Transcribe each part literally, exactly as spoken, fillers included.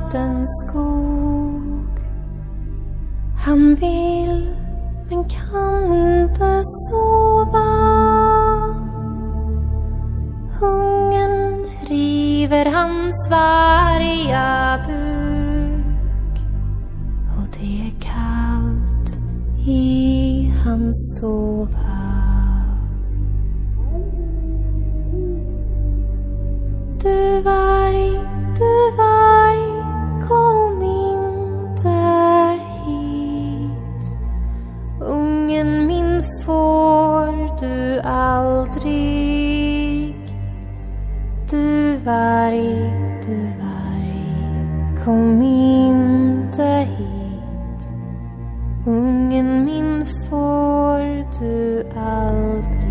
nattens skog. Han vill men kan inte sova. Hungern river hans varga buk, och det är kallt i hans stova. Du varg, du varg, kom inte hit. Ungen min får du aldrig. Du varg, du varg, kom inte hit. Ungen min får du aldrig.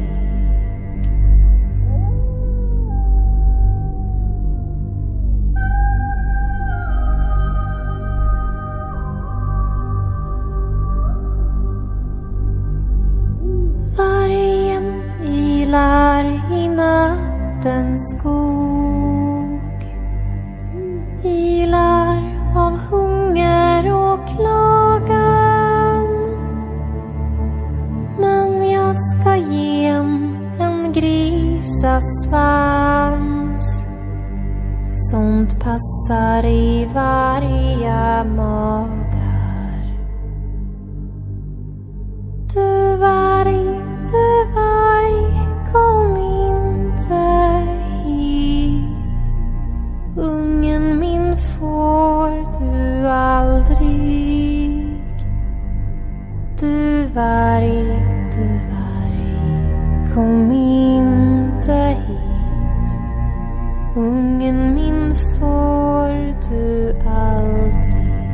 Vargen ilar i nattens skog, ilar av hunger och klagan. Men jag ska ge en grisasvans, sånt passar i varje magar. Du varg, du varg, kom inte hit. Ungen min får du aldrig. Du varg, du varg, kom inte hit. Ungen min får du aldrig.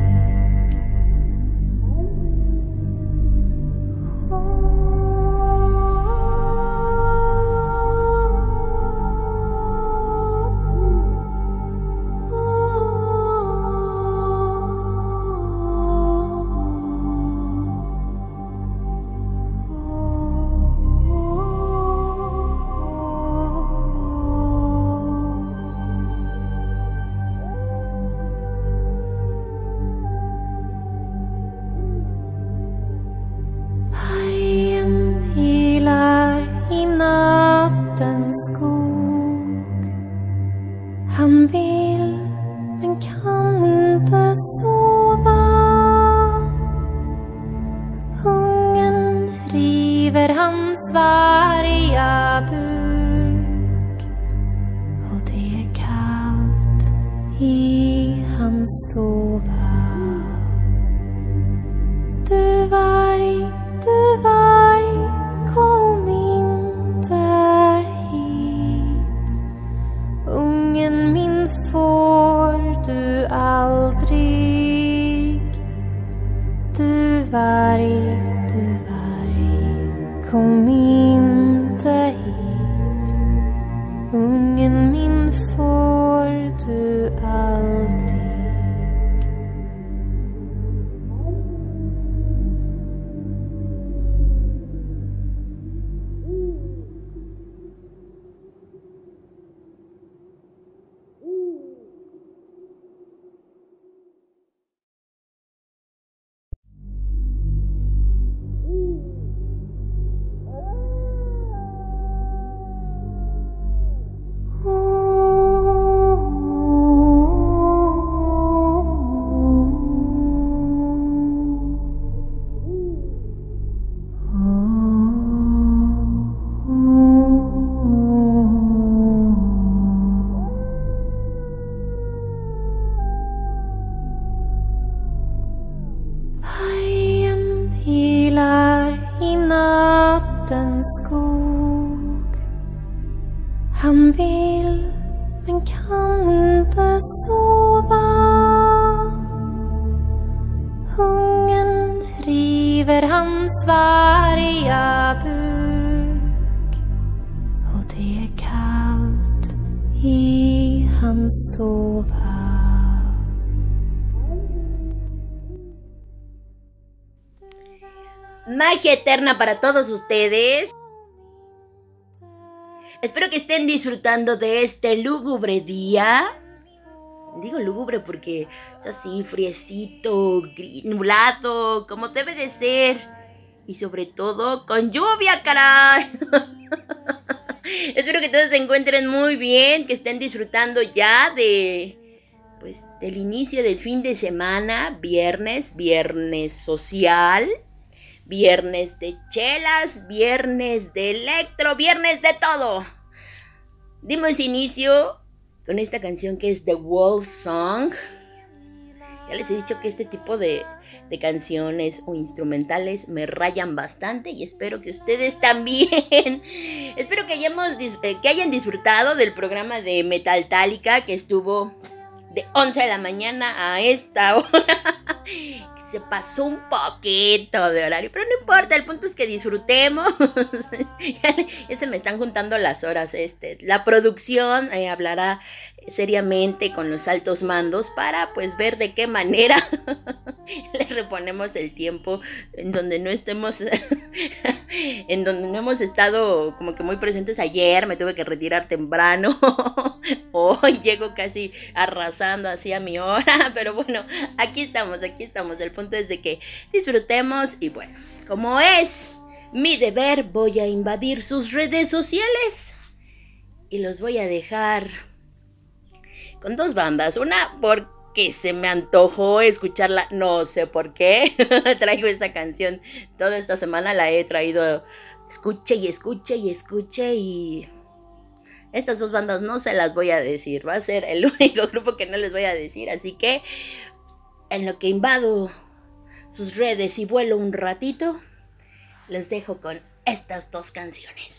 Skog. Han vill men kan inte sova. Hungern river hans varga buk, och det är kallt i hans stova. Du varg, du varg, kom inte hit. Ungen min får du aldrig. Du varg, du varg, kom inte hit. Ungen min får du aldrig. Skog. Han vill men kan inte sova. Hungern river hans varga buk, och det är kallt i hans stova. Magia eterna para todos ustedes. Espero que estén disfrutando de este lúgubre día. Digo lúgubre porque es así, friecito, gris, nublado, como debe de ser. Y sobre todo, con lluvia, caray. Espero que todos se encuentren muy bien, que estén disfrutando ya de... Pues del inicio del fin de semana, viernes, viernes social, viernes de chelas, viernes de electro, viernes de todo. Dimos inicio con esta canción que es The Wolf Song. Ya les he dicho que este tipo de, de canciones o instrumentales me rayan bastante y espero que ustedes también. Espero que, hayamos, que hayan disfrutado del programa de Metaltálica que estuvo de once de la mañana a esta hora. Se pasó un poquito de horario, pero no importa, el punto es que disfrutemos. Ya se me están juntando las horas. Este, la producción eh, hablará seriamente con los altos mandos para pues ver de qué manera le reponemos el tiempo en donde no estemos en donde no hemos estado como que muy presentes. Ayer me tuve que retirar temprano. Hoy llego casi arrasando así a mi hora, pero bueno, aquí estamos, aquí estamos. El punto es de que disfrutemos y bueno, como es mi deber, voy a invadir sus redes sociales y los voy a dejar con dos bandas. Una porque se me antojó escucharla, no sé por qué. Traigo esta canción toda esta semana, la he traído, escuche y escuche y escuche y... Estas dos bandas no se las voy a decir, va a ser el único grupo que no les voy a decir, así que en lo que invado sus redes y vuelo un ratito, les dejo con estas dos canciones.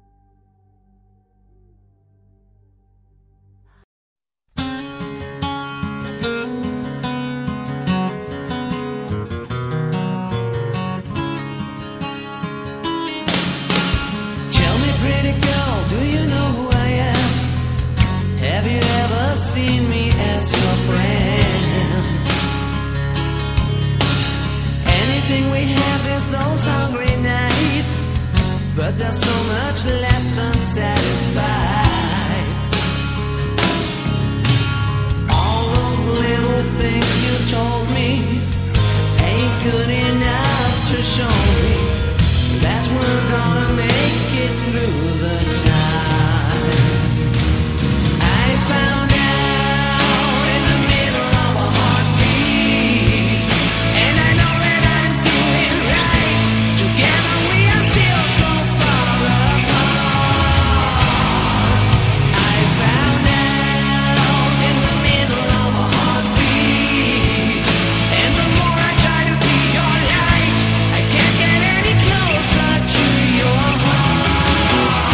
Seen me as your friend. Anything we have is those hungry nights, but there's so much left unsatisfied. All those little things you told me ain't good enough to show me that we're gonna make it through the time. I found I can't get any closer to your heart.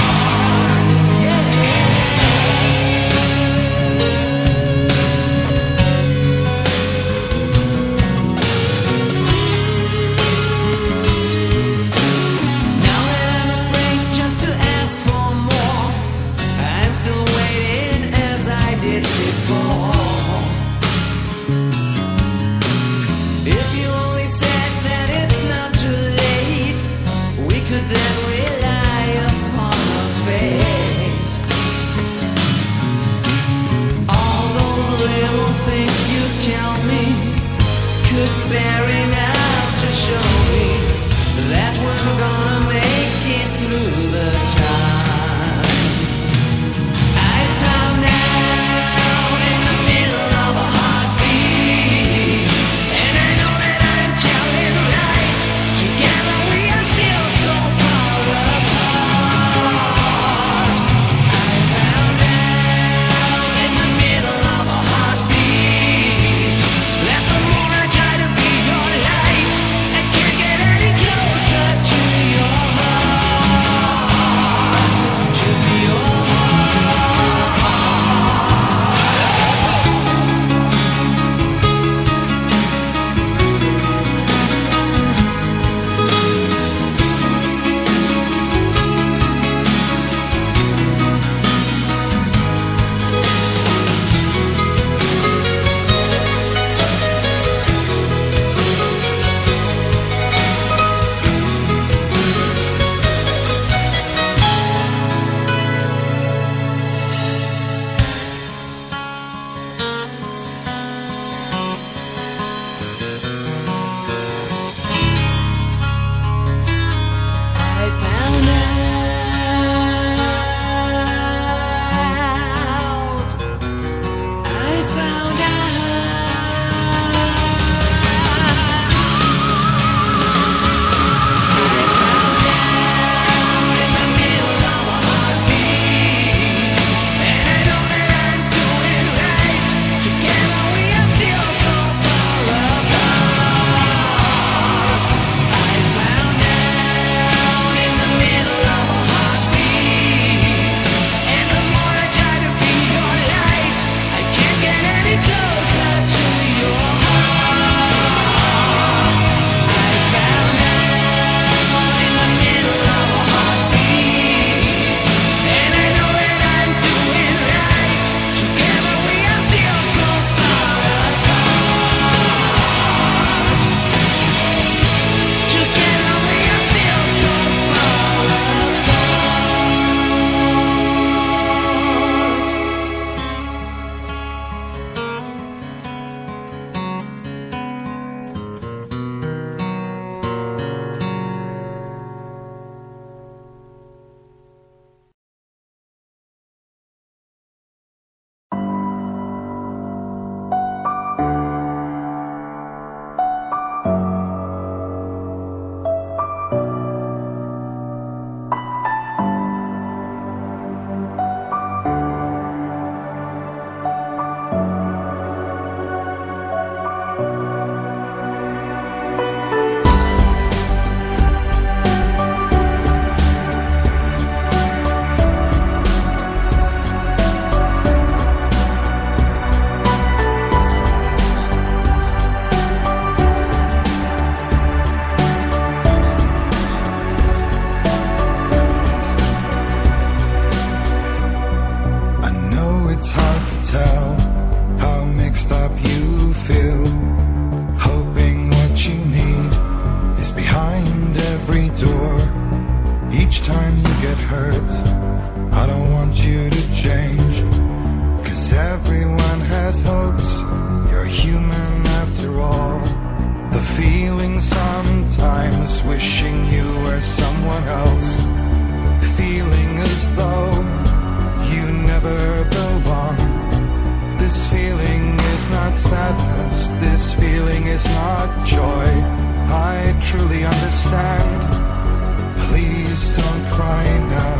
tell how mixed up you feel, hoping what you need is behind every door. Each time you get hurt, I don't want you to change, 'cause everyone has hopes. You're human after all. The feeling sometimes wishing you were someone else, feeling as though you never belong. This feeling is not sadness, this feeling is not joy. I truly understand. Please don't cry now.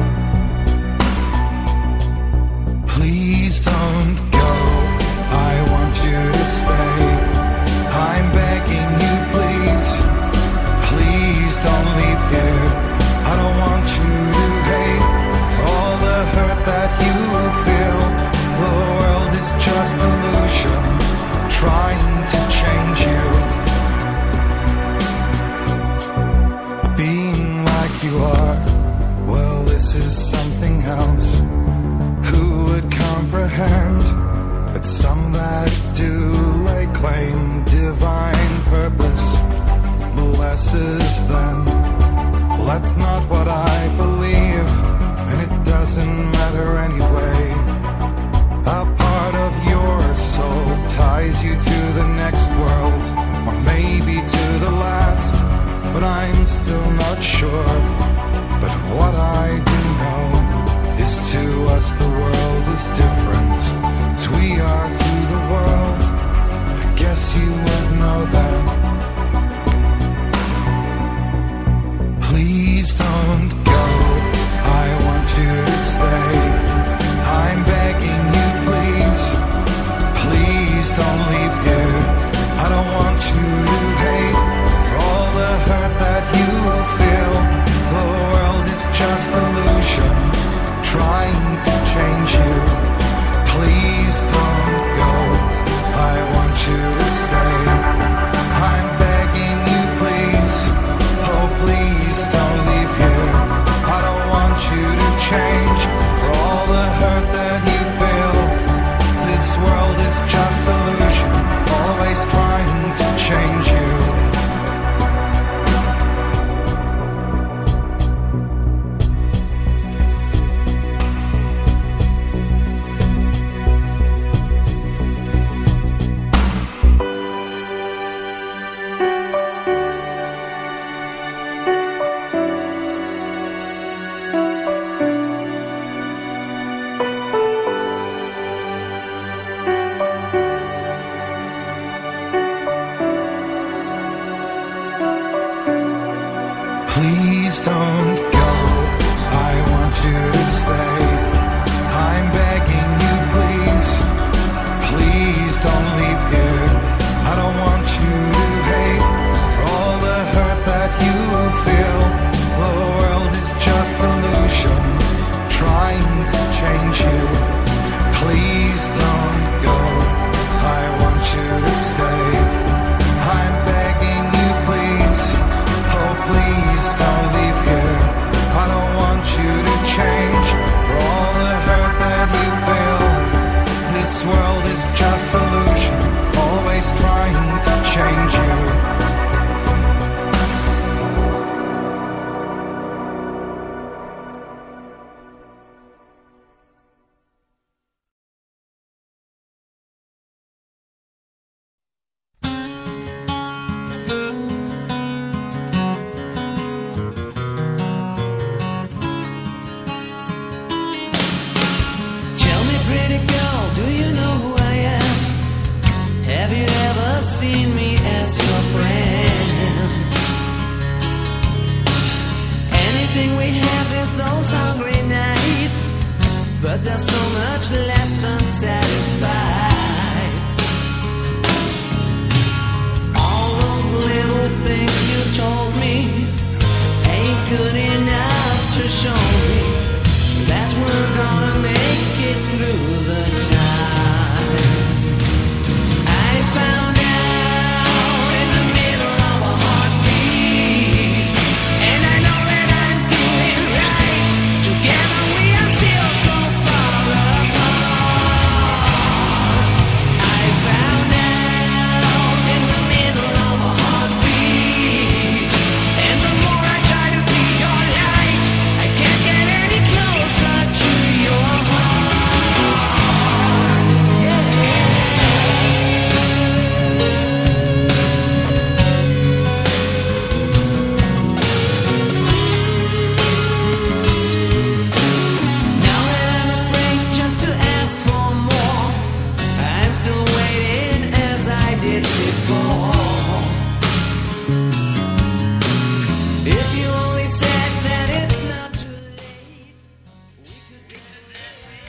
Please don't go. I want you to stay. I'm begging you, please. Please don't leave here. I don't want you to hate for all the hurt that you feel. The world is just illusion, trying to change you. Being like you are, well, this is something else. Who would comprehend? But some that do lay claim divine purpose blesses them. Well, that's not what I believe, and it doesn't matter anyway. A part of your soul ties you to the next world, or maybe to the last, but I'm still not sure. But what I do know is to us the world is different as we are to the world. I guess you would know that. Please don't go. I want you to stay. I'm begging you, please. Please don't leave here. I don't want you to hate for all the hurt that you feel. The world is just illusion, trying to change you. Please don't go. I want you to stay. I'm begging you, please. Oh, please don't leave here. I don't want you to change for all the hurt that you feel. This world is just illusion, always trying to change you. Please don't go. I want you to stay. I'm begging you, please. Please don't leave here. I don't want you to hate for all the hurt that you feel. The world is just illusion, trying to change you. Please don't go. I want you to stay. I'm begging you, please. Oh, please don't leave here. I don't want you to change for all the hurt that you feel. This world is just illusion, always trying to change you. Tell me, pretty girl, do you know who I am? Have you ever seen me as your friend? Anything we have is those hungry nights, but there's so much left unsatisfied. All those little things you told me ain't good enough to show me that we're gonna make it through the time. I found out in the middle of a heartbeat, and I know that I'm doing right. Together we are still so far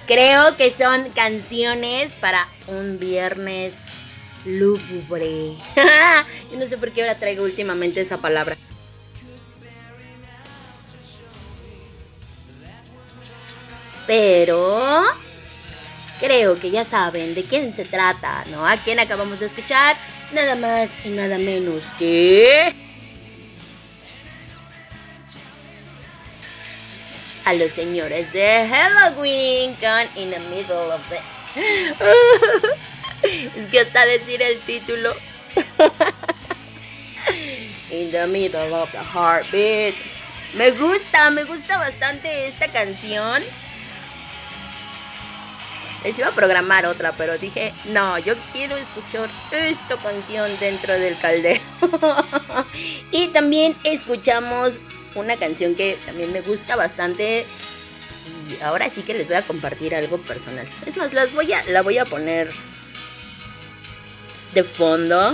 Creo que son canciones para un viernes lúgubre. Yo no sé por qué ahora traigo últimamente esa palabra. Pero creo que ya saben de quién se trata, ¿no? A quién acabamos de escuchar, nada más y nada menos que a los señores de Halloween con In the Middle of the... Es que hasta decir el título. In the Middle of the Heartbeat. Me gusta, me gusta bastante esta canción. Les iba a programar otra, pero dije, no, yo quiero escuchar esta canción dentro del caldero. Y también escuchamos una canción que también me gusta bastante. Y ahora sí que les voy a compartir algo personal. Es más, las voy a, la voy a poner de fondo.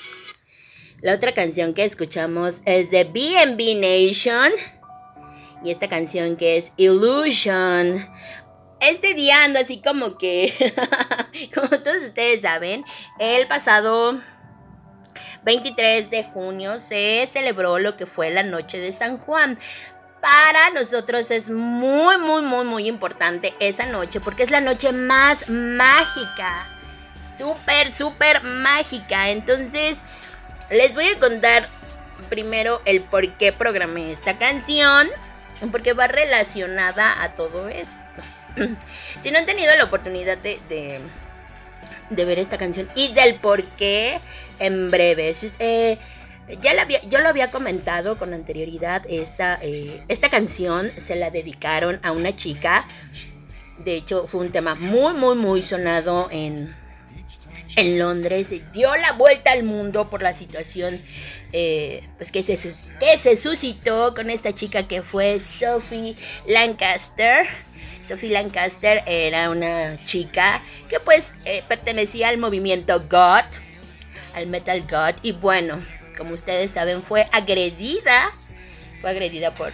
La otra canción que escuchamos es de B and B Nation. Y esta canción que es Illusion. Este día ando así como que, como todos ustedes saben, el pasado veintitrés de junio se celebró lo que fue la noche de San Juan. Para nosotros es muy, muy, muy, muy importante esa noche porque es la noche más mágica. Súper, súper mágica. Entonces, les voy a contar primero el por qué programé esta canción, porque va relacionada a todo esto. Si no han tenido la oportunidad de, de, de ver esta canción y del por qué, en breve. Eh, ya la había, yo lo había comentado con anterioridad. Esta, eh, esta canción se la dedicaron a una chica. De hecho, fue un tema muy, muy, muy sonado en, en Londres. Dio la vuelta al mundo por la situación eh, pues que, se, que se suscitó con esta chica que fue Sophie Lancaster. Sophie Lancaster era una chica que pues eh, pertenecía al movimiento goth, al metal goth, y bueno, como ustedes saben, fue agredida, fue agredida por,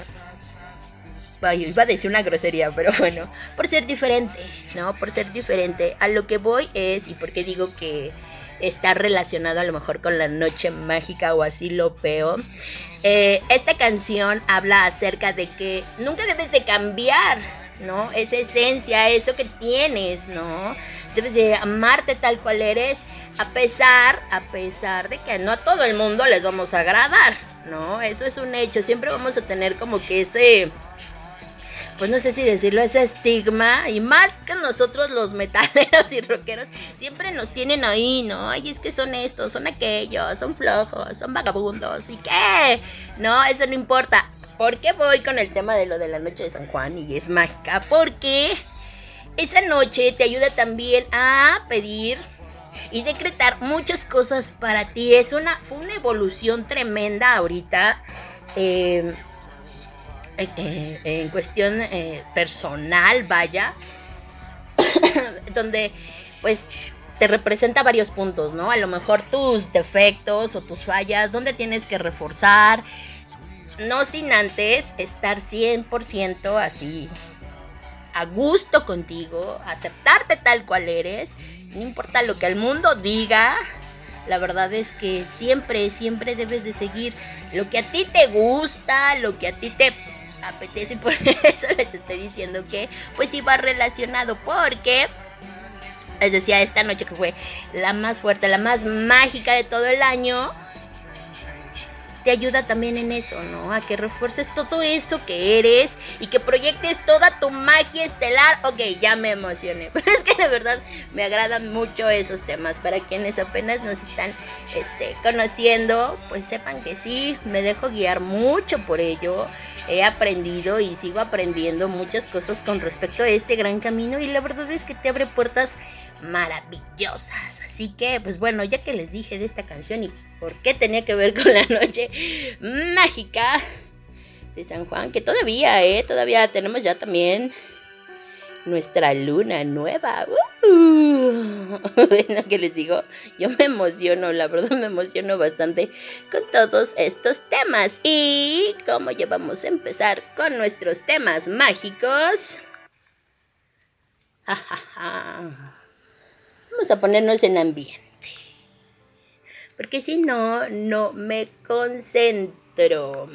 ay, iba a decir una grosería, pero bueno, por ser diferente, ¿no? Por ser diferente. A lo que voy es, y porque digo que está relacionado a lo mejor con la noche mágica o así lo veo, eh, esta canción habla acerca de que nunca debes de cambiar, ¿no? Esa esencia, eso que tienes, ¿no? Debes de amarte tal cual eres, a pesar, a pesar de que no a todo el mundo les vamos a agradar, ¿no? Eso es un hecho. Siempre vamos a tener como que ese, pues no sé si decirlo, ese estigma, y más que nosotros los metaleros y rockeros, siempre nos tienen ahí, ¿no? Ay, es que son estos, son aquellos, son flojos, son vagabundos, ¿y qué? No, eso no importa. ¿Por qué voy con el tema de lo de la noche de San Juan y es mágica? Porque esa noche te ayuda también a pedir y decretar muchas cosas para ti. Es una, fue una evolución tremenda ahorita, eh, eh, eh, en cuestión eh, personal, vaya, donde pues te representa varios puntos, ¿no? A lo mejor tus defectos o tus fallas, donde tienes que reforzar, no sin antes estar cien por ciento así, a gusto contigo, aceptarte tal cual eres, no importa lo que el mundo diga. La verdad es que siempre, siempre debes de seguir lo que a ti te gusta, lo que a ti te apetece, y por eso les estoy diciendo que pues sí va relacionado, porque les decía, esta noche que fue la más fuerte, la más mágica de todo el año, te ayuda también en eso, ¿no? A que refuerces todo eso que eres y que proyectes toda tu magia estelar. Ok, ya me emocioné, pero es que de verdad me agradan mucho esos temas. Para quienes apenas nos están este, conociendo, pues sepan que sí, me dejo guiar mucho por ello. He aprendido y sigo aprendiendo muchas cosas con respecto a este gran camino, y la verdad es que te abre puertas maravillosas. Así que, pues bueno, ya que les dije de esta canción y por qué tenía que ver con la noche mágica de San Juan, que todavía, eh, todavía tenemos ya también nuestra luna nueva. Uh, bueno, ¿qué les digo? Yo me emociono, la verdad me emociono bastante con todos estos temas. Y como ya vamos a empezar con nuestros temas mágicos, Ja, ja, ja. Vamos a ponernos en ambiente. Porque si no, no me concentro.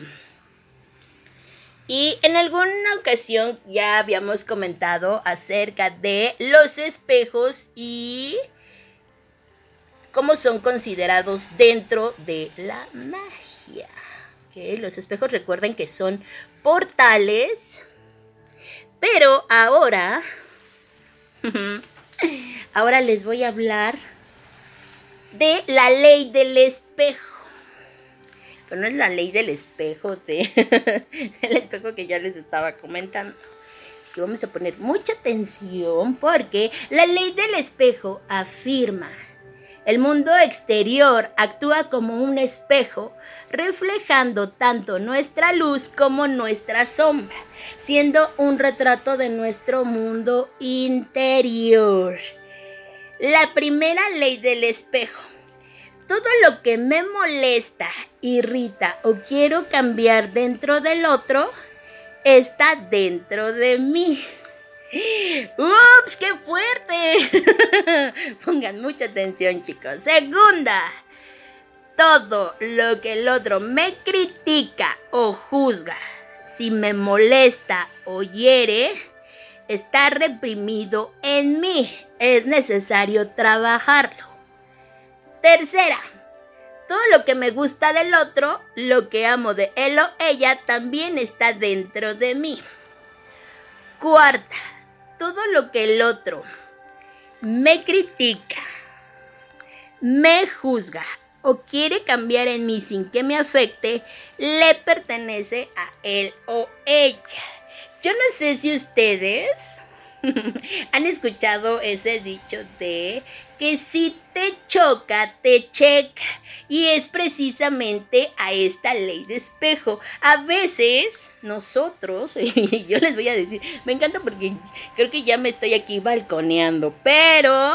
Y en alguna ocasión ya habíamos comentado acerca de los espejos y cómo son considerados dentro de la magia. ¿Okay? Los espejos, recuerden que son portales, pero ahora, ahora les voy a hablar de la ley del espejo. Pero no es la ley del espejo, de el espejo que ya les estaba comentando. Así que vamos a poner mucha atención porque la ley del espejo afirma: el mundo exterior actúa como un espejo, reflejando tanto nuestra luz como nuestra sombra, siendo un retrato de nuestro mundo interior. La primera ley del espejo: todo lo que me molesta, irrita o quiero cambiar dentro del otro está dentro de mí. ¡Ups! ¡Qué fuerte! Pongan mucha atención, chicos. Segunda, todo lo que el otro me critica o juzga, si me molesta o hiere, está reprimido en mí. Es necesario trabajarlo. Tercera, todo lo que me gusta del otro, lo que amo de él o ella, también está dentro de mí. Cuarta, todo lo que el otro me critica, me juzga o quiere cambiar en mí sin que me afecte, le pertenece a él o ella. Yo no sé si ustedes han escuchado ese dicho de que si te choca, te checa. Y es precisamente a esta ley de espejo. A veces nosotros, y yo les voy a decir, me encanta porque creo que ya me estoy aquí balconeando, pero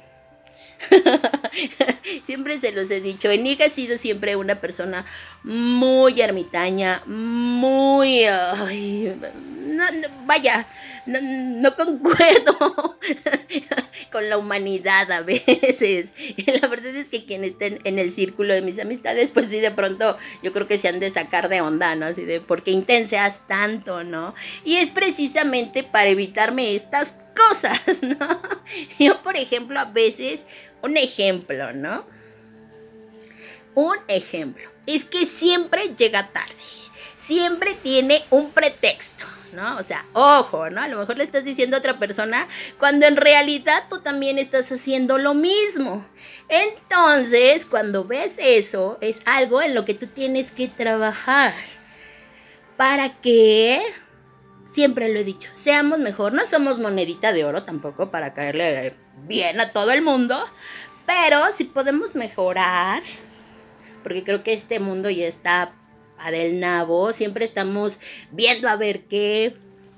siempre se los he dicho, Eniga ha sido siempre una persona muy ermitaña, muy... Ay, no, no, vaya, no, no concuerdo con la humanidad a veces. Y la verdad es que quienes estén en el círculo de mis amistades, pues sí, de pronto yo creo que se han de sacar de onda, ¿no? Así de, ¿por qué intensas tanto, no? Y es precisamente para evitarme estas cosas, ¿no? Yo, por ejemplo, a veces, un ejemplo, ¿no? Un ejemplo, es que siempre llega tarde, siempre tiene un pretexto, ¿no? O sea, ojo, ¿no? A lo mejor le estás diciendo a otra persona cuando en realidad tú también estás haciendo lo mismo. Entonces, cuando ves eso, es algo en lo que tú tienes que trabajar para que, siempre lo he dicho, seamos mejor. No somos monedita de oro tampoco para caerle bien a todo el mundo, pero si podemos mejorar, porque creo que este mundo ya está a del nabo, siempre estamos viendo a ver qué,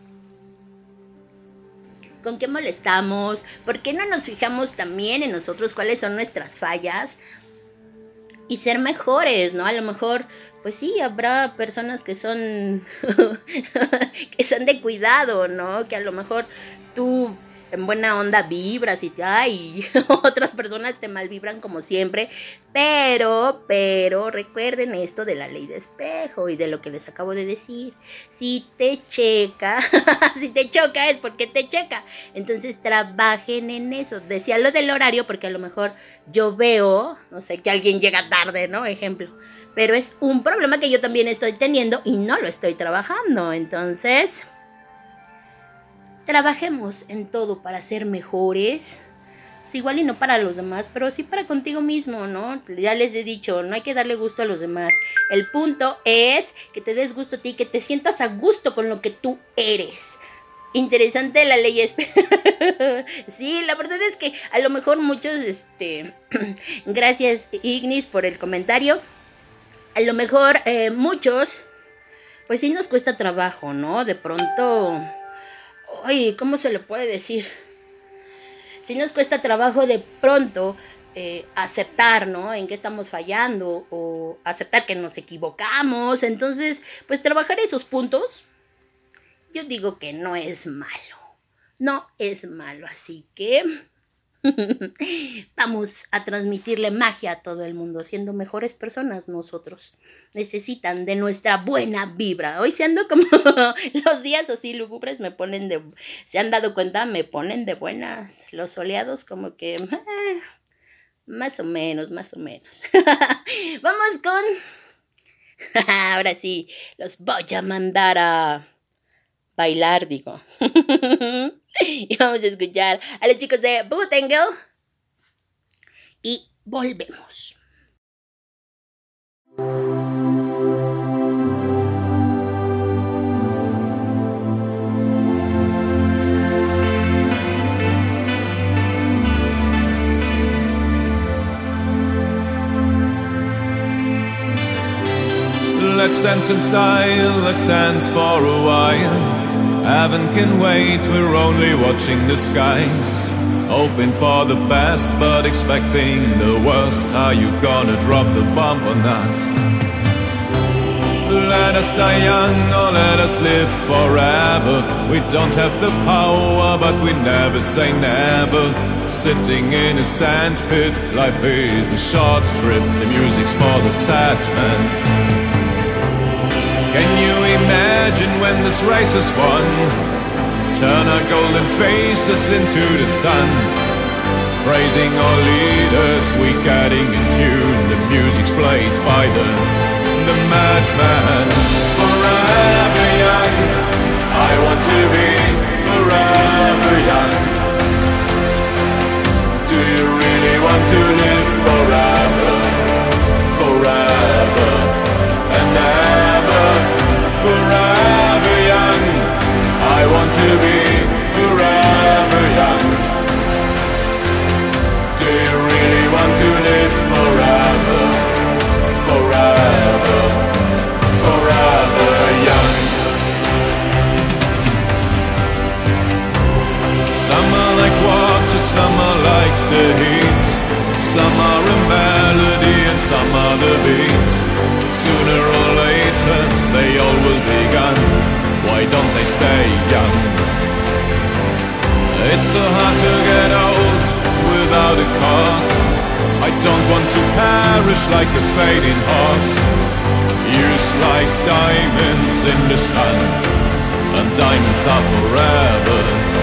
con qué molestamos, por qué no nos fijamos también en nosotros cuáles son nuestras fallas y ser mejores, ¿no? A lo mejor, pues sí, habrá personas que son que son de cuidado, ¿no? Que a lo mejor tú en buena onda vibras y te, ay, otras personas te malvibran como siempre, pero, pero recuerden esto de la ley de espejo y de lo que les acabo de decir. Si te checa, si te choca es porque te checa, entonces trabajen en eso. Decía lo del horario porque a lo mejor yo veo, no sé, que alguien llega tarde, ¿no? Ejemplo, pero es un problema que yo también estoy teniendo y no lo estoy trabajando, entonces trabajemos en todo para ser mejores. Es igual y no para los demás, pero sí para contigo mismo, ¿no? Ya les he dicho, no hay que darle gusto a los demás. El punto es que te des gusto a ti, que te sientas a gusto con lo que tú eres. Interesante la ley espejo. Sí, la verdad es que a lo mejor muchos, este, gracias Ignis por el comentario. A lo mejor eh, muchos, pues sí nos cuesta trabajo, ¿no? De pronto, oye, ¿cómo se le puede decir? Sí nos cuesta trabajo de pronto eh, aceptar, ¿no? En qué estamos fallando o aceptar que nos equivocamos. Entonces, pues trabajar esos puntos, yo digo que no es malo. no es malo, así que vamos a transmitirle magia a todo el mundo, siendo mejores personas nosotros. Necesitan de nuestra buena vibra. Hoy se ando como los días así lúgubres me ponen de... ¿Se han dado cuenta? Me ponen de buenas. Los soleados como que... Eh, más o menos, más o menos. Vamos con... Ahora sí, los voy a mandar a bailar, digo. Y vamos a escuchar a los chicos de Bootengel. Y volvemos. Let's dance in style, let's dance for a while. Heaven can wait, we're only watching the skies. Hoping for the best, but expecting the worst. How you gonna drop the bomb on us? Let us die young or let us live forever. We don't have the power, but we never say never. Sitting in a sandpit, life is a short trip. The music's for the sad man. Can you imagine when this race is won? Turn our golden faces into the sun. Praising our leaders, we getting in tune. The music's played by the, the madman. Forever young, I want to be forever young. Do you really want to live forever? Forever and ever. Forever young, I want to be forever young. Do you really want to live forever? Forever, forever young. Some are like water, some are like the heat. Some are a melody and some are the beat. Sooner or later, they all will be gone. Why don't they stay young? It's so hard to get old without a cause. I don't want to perish like a fading horse. Used like diamonds in the sun, and diamonds are forever.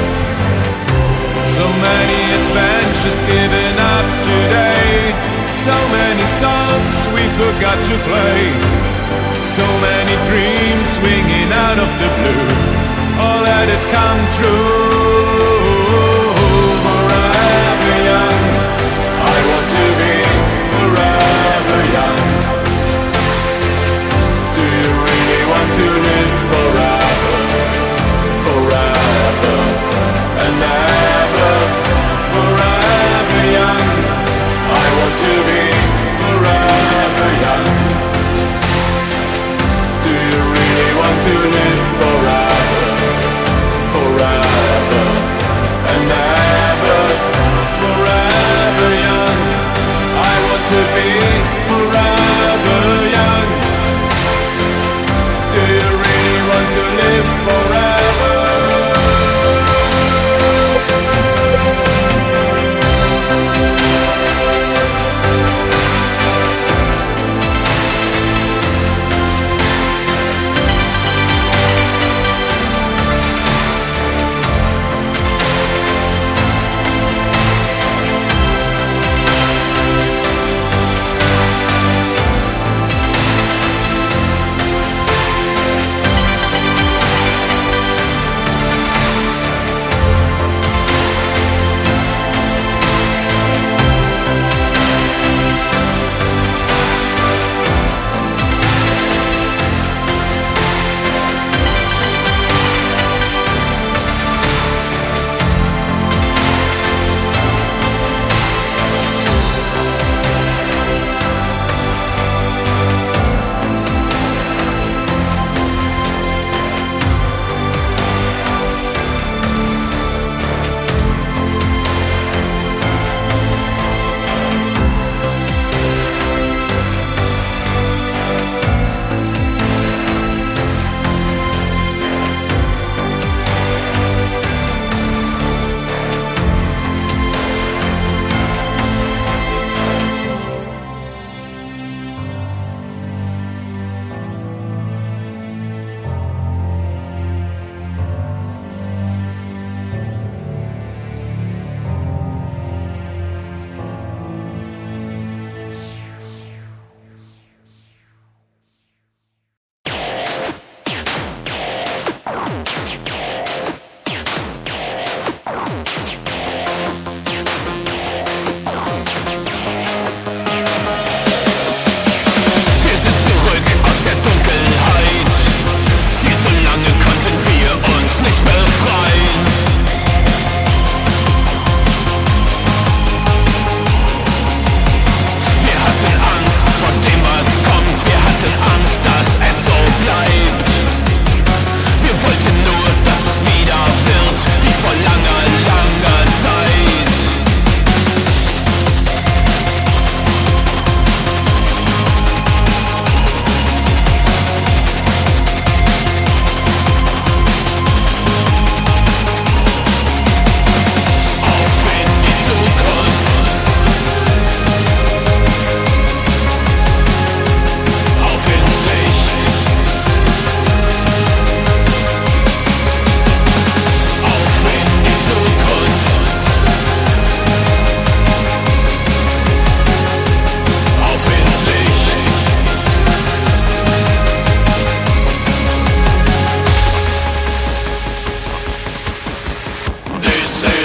So many adventures given up today. So many songs we forgot to play. So many dreams swinging out of the blue. Oh, let it come true. Forever young, I want to be forever young. Do you really want to live forever? Forever and ever. Forever young, I want to be forever young. Do you really want to live forever? Forever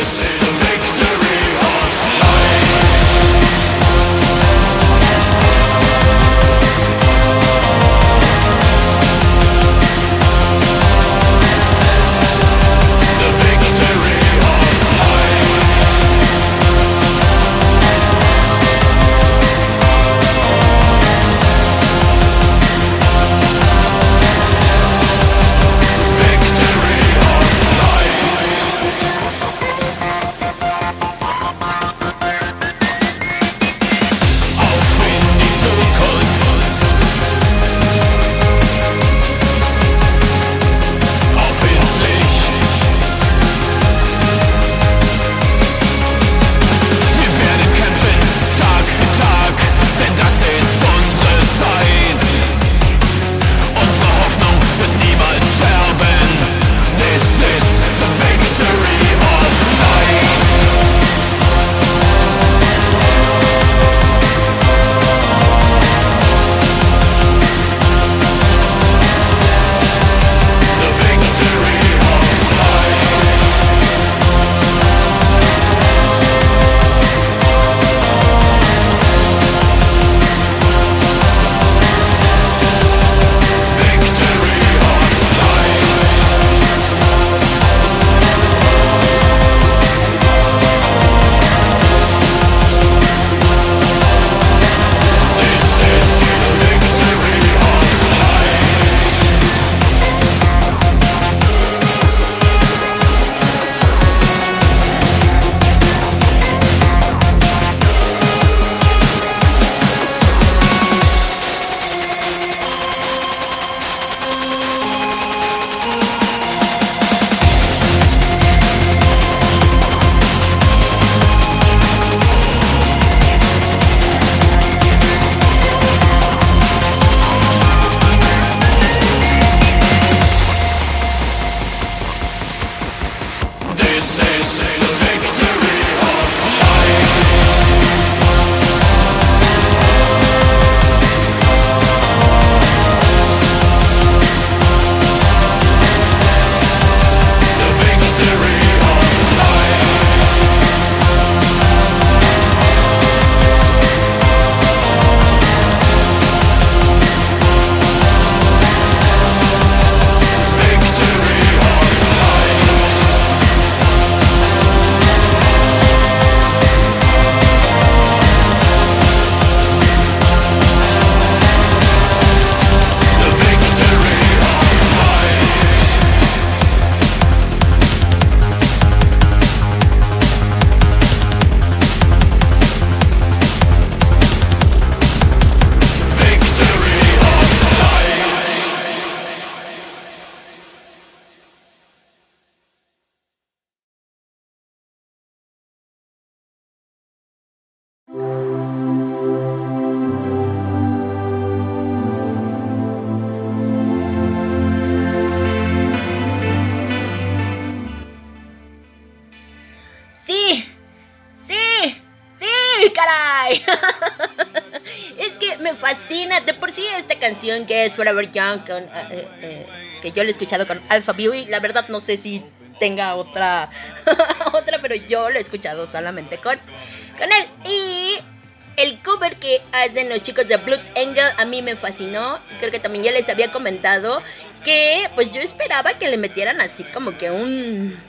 fascina. De por sí esta canción que es Forever Young, con, eh, eh, que yo la he escuchado con Alpha Beauty, la verdad no sé si tenga otra, otra, pero yo lo he escuchado solamente con, con él. Y el cover que hacen los chicos de Blood Angel a mí me fascinó. Creo que también ya les había comentado que pues yo esperaba que le metieran así como que un...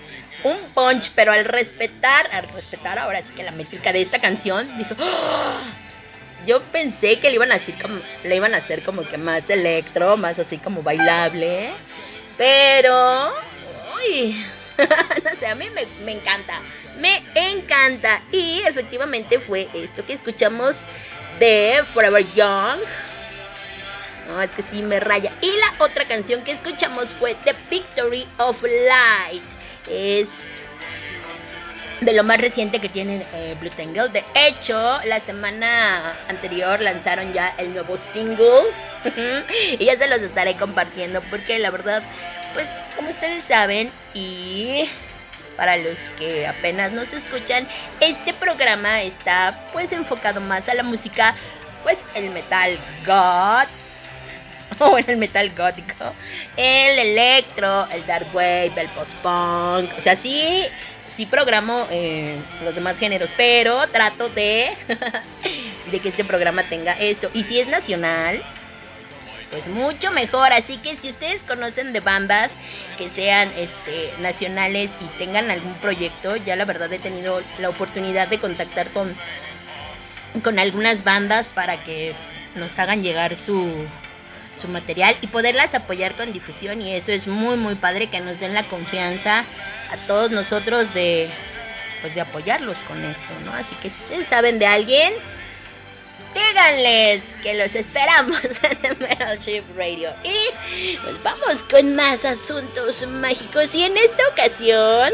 un punch, pero al respetar, al respetar ahora sí que la métrica de esta canción, dijo, ¡oh! Yo pensé que le iban a hacer como, le iban a hacer como que más electro, más así como bailable, pero, uy, no sé, a mí me, me encanta, me encanta, y efectivamente fue esto que escuchamos de Forever Young. No, es que sí me raya. Y la otra canción que escuchamos fue The Victory of Light. Es de lo más reciente que tienen eh, Blood Angel. De hecho, la semana anterior lanzaron ya el nuevo single. Y ya se los estaré compartiendo porque la verdad, pues como ustedes saben, y para los que apenas nos escuchan, este programa está pues enfocado más a la música, pues el metal goth, o bueno, el metal gótico, el electro, el dark wave, el post-punk. O sea, sí, sí programo eh, los demás géneros, pero trato de, de que este programa tenga esto. Y si es nacional, pues mucho mejor. Así que si ustedes conocen de bandas que sean este nacionales y tengan algún proyecto, ya la verdad he tenido la oportunidad de contactar con, con algunas bandas para que nos hagan llegar su, su material y poderlas apoyar con difusión. Y eso es muy muy padre, que nos den la confianza a todos nosotros de, pues de apoyarlos con esto, ¿no? Así que si ustedes saben de alguien, díganles que los esperamos en el Metal Ship Radio. Y pues vamos con más asuntos mágicos. Y en esta ocasión,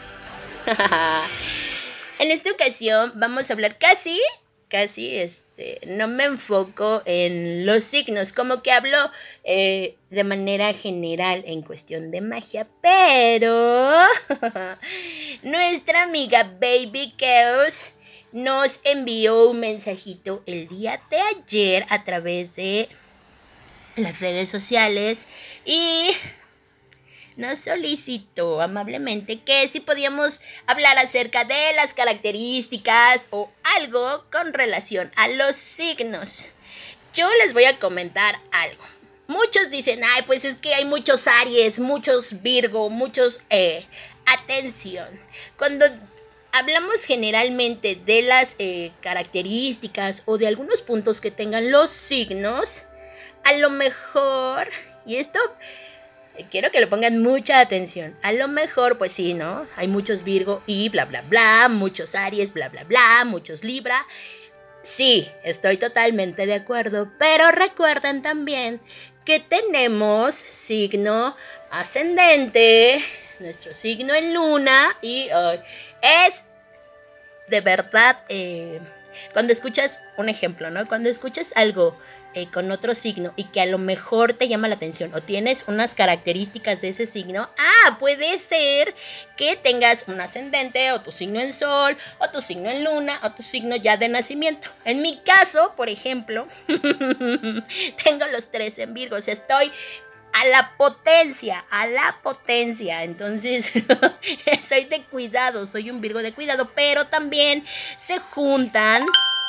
en esta ocasión vamos a hablar casi, casi, este, no me enfoco en los signos, como que hablo eh, de manera general en cuestión de magia, pero nuestra amiga Baby Chaos nos envió un mensajito el día de ayer a través de las redes sociales y nos solicitó amablemente que si podíamos hablar acerca de las características o algo con relación a los signos. Yo les voy a comentar algo. Muchos dicen, ay, pues es que hay muchos Aries, muchos Virgo, muchos... Eh, atención, cuando hablamos generalmente de las eh, características o de algunos puntos que tengan los signos, a lo mejor, y esto eh, quiero que le pongan mucha atención, a lo mejor, pues sí, ¿no? Hay muchos Virgo y bla, bla, bla, muchos Aries, bla, bla, bla, muchos Libra. Sí, estoy totalmente de acuerdo, pero recuerden también que tenemos signo ascendente, nuestro signo en luna, y uh, es de verdad, eh, cuando escuchas un ejemplo, ¿no? Cuando escuchas algo eh, con otro signo y que a lo mejor te llama la atención o tienes unas características de ese signo, ah, puede ser que tengas un ascendente o tu signo en sol o tu signo en luna o tu signo ya de nacimiento. En mi caso, por ejemplo, tengo los tres en Virgo, o sea, estoy a la potencia, a la potencia. Entonces, soy de cuidado, soy un Virgo de cuidado, pero también se juntan.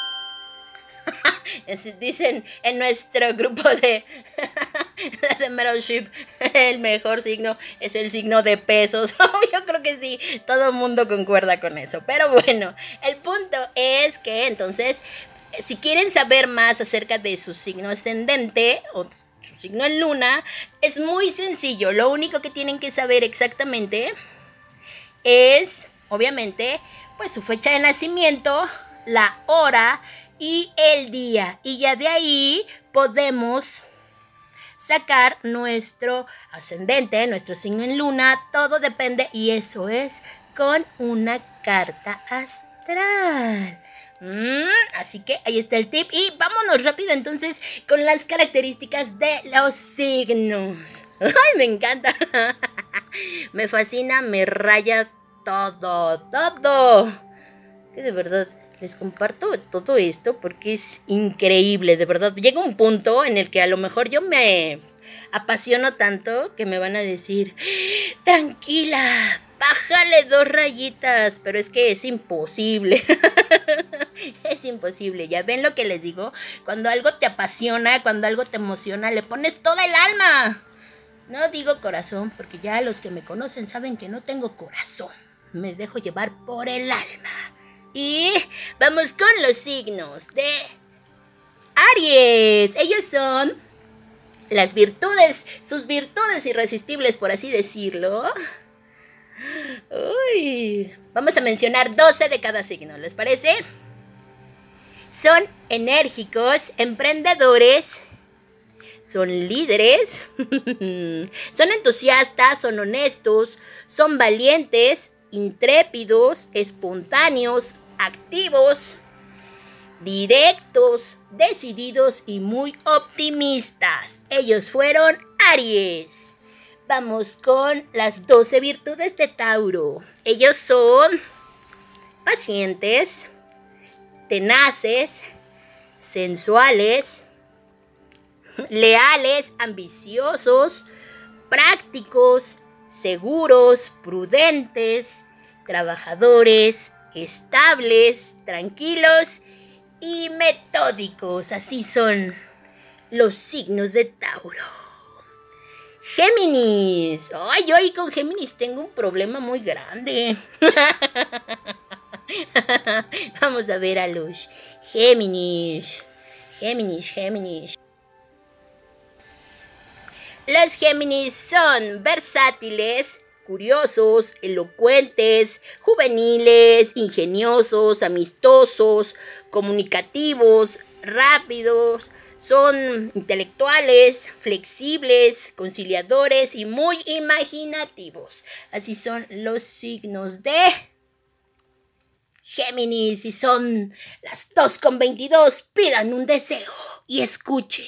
Dicen en nuestro grupo de, de Metal Ship, el mejor signo es el signo de pesos. Yo creo que sí, todo el mundo concuerda con eso. Pero bueno, el punto es que entonces, si quieren saber más acerca de su signo ascendente o su signo en luna, es muy sencillo. Lo único que tienen que saber exactamente es, obviamente, pues su fecha de nacimiento, la hora y el día. Y ya de ahí podemos sacar nuestro ascendente, nuestro signo en luna. Todo depende, y eso es con una carta astral. Mm, así que ahí está el tip. Y vámonos rápido entonces con las características de los signos. ¡Ay, me encanta! Me fascina, me raya todo, todo. Que de verdad les comparto todo esto porque es increíble, de verdad. Llega un punto en el que a lo mejor yo me apasiono tanto que me van a decir, tranquila, bájale dos rayitas, pero es que es imposible. Es imposible, ya ven lo que les digo. Cuando algo te apasiona, cuando algo te emociona, le pones toda el alma. No digo corazón, porque ya los que me conocen saben que no tengo corazón. Me dejo llevar por el alma. Y vamos con los signos de Aries. Ellos son las virtudes, sus virtudes irresistibles, por así decirlo. Uy, vamos a mencionar doce de cada signo, ¿les parece? Son enérgicos, emprendedores, son líderes, son entusiastas, son honestos, son valientes, intrépidos, espontáneos, activos, directos, decididos y muy optimistas. Ellos fueron Aries. Vamos con las doce virtudes de Tauro. Ellos son pacientes, tenaces, sensuales, leales, ambiciosos, prácticos, seguros, prudentes, trabajadores, estables, tranquilos y metódicos. Así son los signos de Tauro. Géminis. Ay, hoy con Géminis tengo un problema muy grande. Vamos a ver a los Géminis. Géminis, Géminis. Los Géminis son versátiles, curiosos, elocuentes, juveniles, ingeniosos, amistosos, comunicativos, rápidos. Son intelectuales, flexibles, conciliadores y muy imaginativos. Así son los signos de Géminis. Y son las dos con veintidós. Pidan un deseo y escuchen.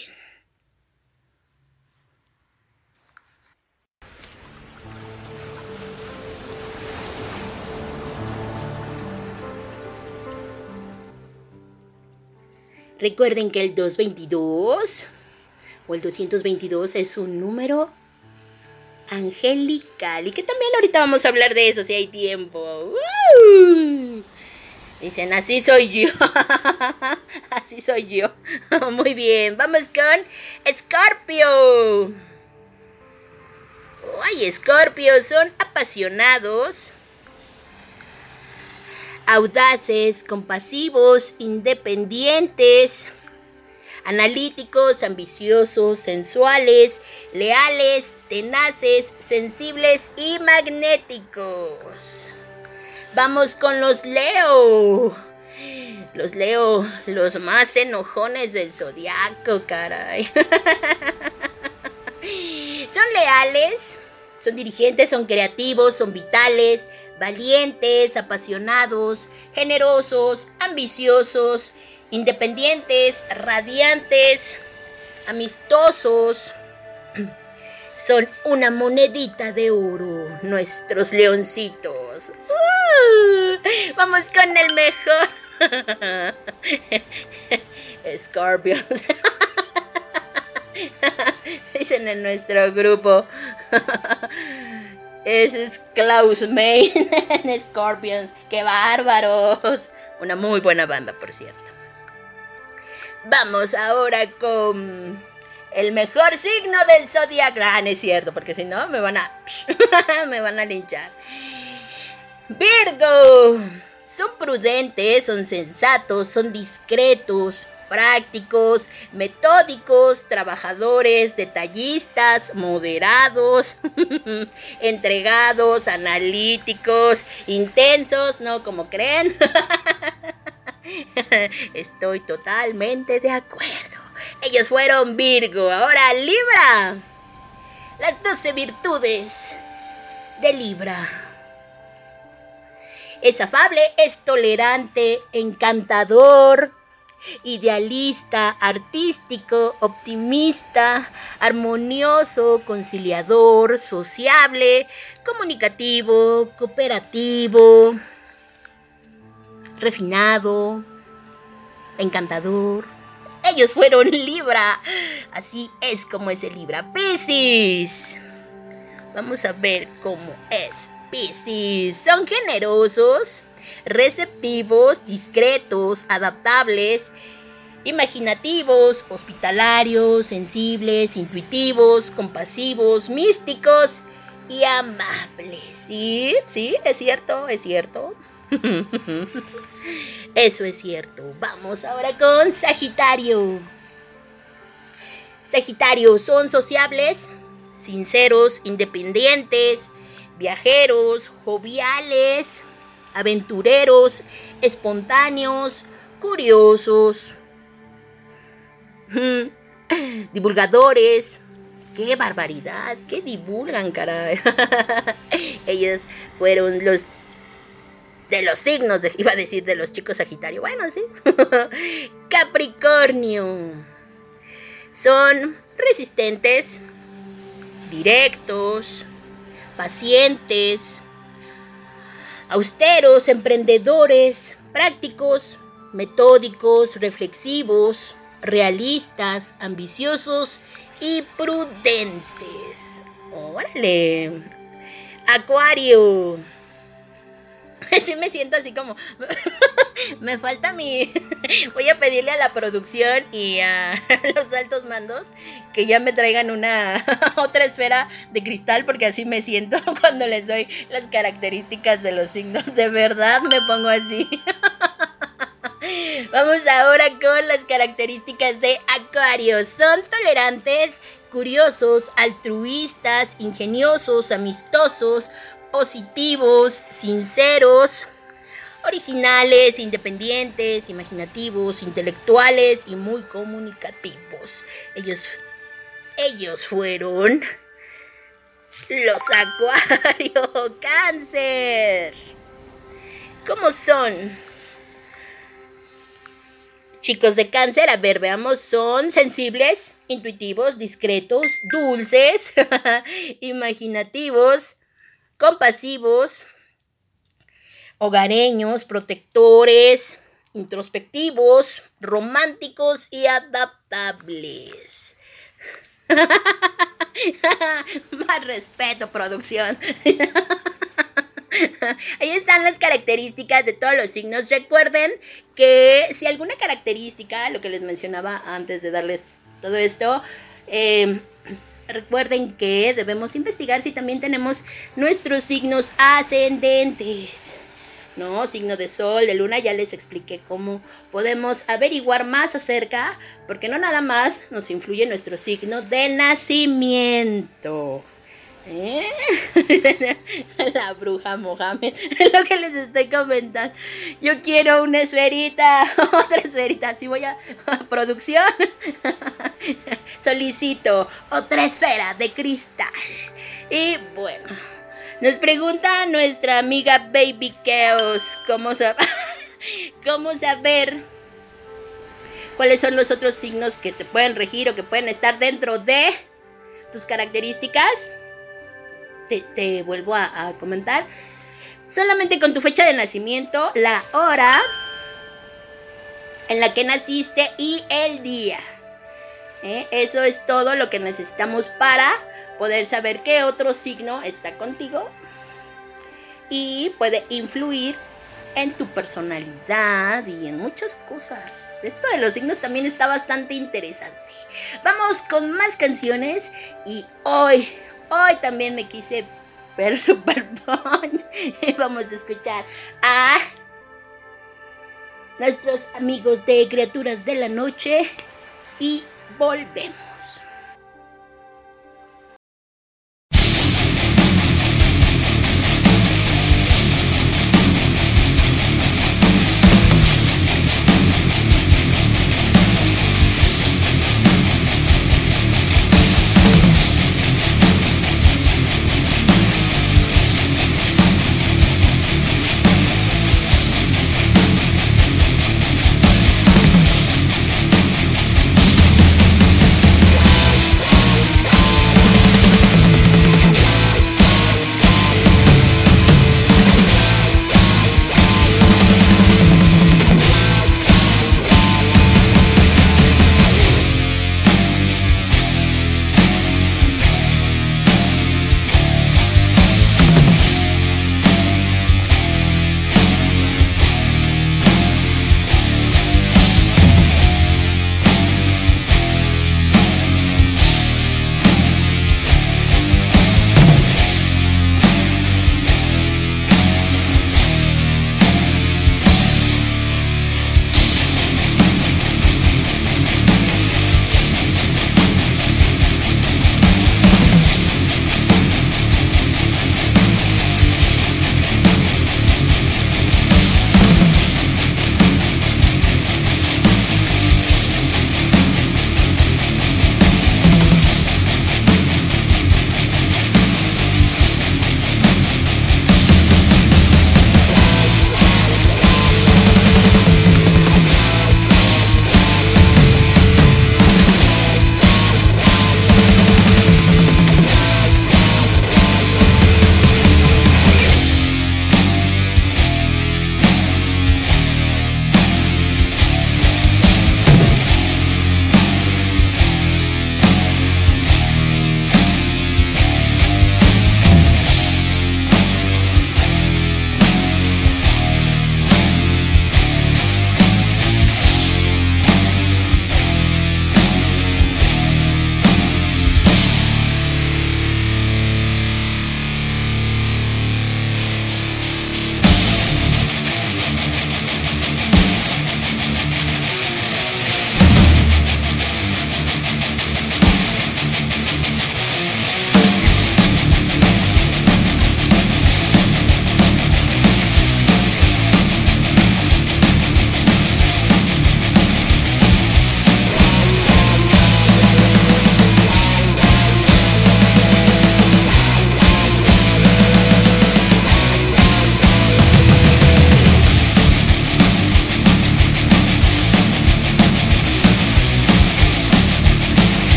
Recuerden que el doscientos veintidós o el doscientos veintidós es un número angelical. Y que también ahorita vamos a hablar de eso si hay tiempo. ¡Uh! Dicen, así soy yo. Así soy yo. Muy bien, vamos con Escorpio. Ay, Escorpio, son apasionados, audaces, compasivos, independientes, analíticos, ambiciosos, sensuales, leales, tenaces, sensibles y magnéticos. Vamos con los Leo. Los Leo, los más enojones del zodiaco, caray. Son leales, son dirigentes, son creativos, son vitales, valientes, apasionados, generosos, ambiciosos, independientes, radiantes, amistosos. Son una monedita de oro, nuestros leoncitos. ¡Uh! Vamos con el mejor. Scorpions. Dicen en nuestro grupo. Ese es Klaus Main en Scorpions. ¡Qué bárbaros! Una muy buena banda, por cierto. Vamos ahora con el mejor signo del zodiaco. Ah, no es cierto, porque si no me van a... me van a linchar. Virgo. Son prudentes, son sensatos, son discretos, prácticos, metódicos, trabajadores, detallistas, moderados, entregados, analíticos, intensos, ¿no? Como creen. Estoy totalmente de acuerdo. Ellos fueron Virgo. Ahora Libra. Las doce virtudes de Libra. Es afable, es tolerante, encantador, idealista, artístico, optimista, armonioso, conciliador, sociable, comunicativo, cooperativo, refinado, encantador. Ellos fueron Libra. Así es como es el Libra. Piscis. Vamos a ver cómo es Piscis. Son generosos, receptivos, discretos, adaptables, imaginativos, hospitalarios, sensibles, intuitivos, compasivos, místicos y amables. ¿Sí? ¿Sí? ¿Es cierto? ¿Es cierto? Eso es cierto. Vamos ahora con Sagitario. Sagitario, son sociables, sinceros, independientes, viajeros, joviales, aventureros, espontáneos, curiosos, divulgadores. ¡Qué barbaridad! ¡Qué divulgan, caray! Ellos fueron los de los signos, de, iba a decir de los chicos Sagitario. Bueno, sí. Capricornio. Son resistentes, directos, pacientes, austeros, emprendedores, prácticos, metódicos, reflexivos, realistas, ambiciosos y prudentes. ¡Órale! Acuario. sí me siento así como... me falta mi... Voy a pedirle a la producción y a los altos mandos que ya me traigan una otra esfera de cristal, porque así me siento cuando les doy las características de los signos. De verdad me pongo así. Vamos ahora con las características de Acuario. Son tolerantes, curiosos, altruistas, ingeniosos, amistosos, positivos, sinceros, originales, independientes, imaginativos, intelectuales y muy comunicativos. Ellos, ellos fueron los Acuario. Cáncer. ¿Cómo son? Chicos de Cáncer, a ver, veamos, son sensibles, intuitivos, discretos, dulces, imaginativos, compasivos, hogareños, protectores, introspectivos, románticos y adaptables. Más respeto, producción. Ahí están las características de todos los signos. Recuerden que si alguna característica, lo que les mencionaba antes de darles todo esto, eh, recuerden que debemos investigar si también tenemos nuestros signos ascendentes, ¿no? Signo de sol, de luna, ya les expliqué cómo podemos averiguar más acerca, porque no nada más nos influye nuestro signo de nacimiento. ¿Eh? La bruja Mohamed, es lo que les estoy comentando. Yo quiero una esferita, otra esferita. Si voy a, a producción, solicito otra esfera de cristal. Y bueno, nos pregunta nuestra amiga Baby Chaos cómo, sab- cómo saber cuáles son los otros signos que te pueden regir o que pueden estar dentro de tus características. Te, te vuelvo a, a comentar. Solamente con tu fecha de nacimiento, la hora en la que naciste y el día. ¿Eh? Eso es todo lo que necesitamos para poder saber qué otro signo está contigo y puede influir en tu personalidad y en muchas cosas. Esto de los signos también está bastante interesante. Vamos con más canciones y hoy... Hoy también me quise ver Super Punch. Vamos a escuchar a nuestros amigos de Criaturas de la Noche y volvemos. We'll be right back.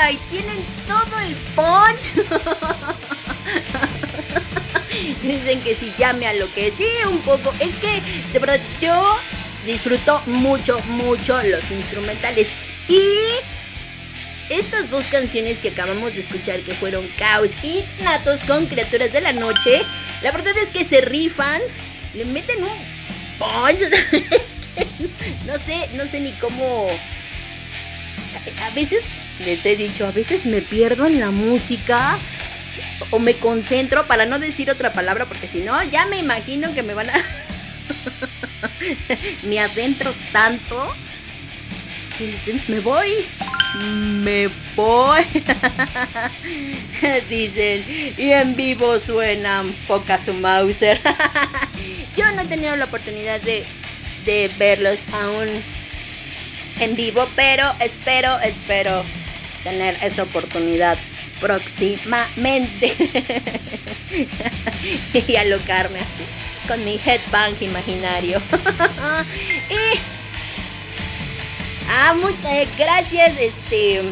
¡Ay! Tienen todo el punch. Dicen que sí, llame a lo que sí, un poco. Es que, de verdad, yo disfruto mucho, mucho los instrumentales. Y estas dos canciones que acabamos de escuchar, que fueron Caos y Natos con Criaturas de la Noche, la verdad es que se rifan, le meten un punch. Es que no sé, no sé ni cómo. A veces, les he dicho, a veces me pierdo en la música o me concentro para no decir otra palabra, porque si no, ya me imagino que me van a... me adentro tanto que dicen, me voy, me voy. Dicen, y en vivo suenan pocas Mauser. Yo no he tenido la oportunidad de, de verlos aún en vivo, pero espero, espero tener esa oportunidad próximamente. Y alocarme así con mi headbang imaginario. Y ah, muchas gracias. Este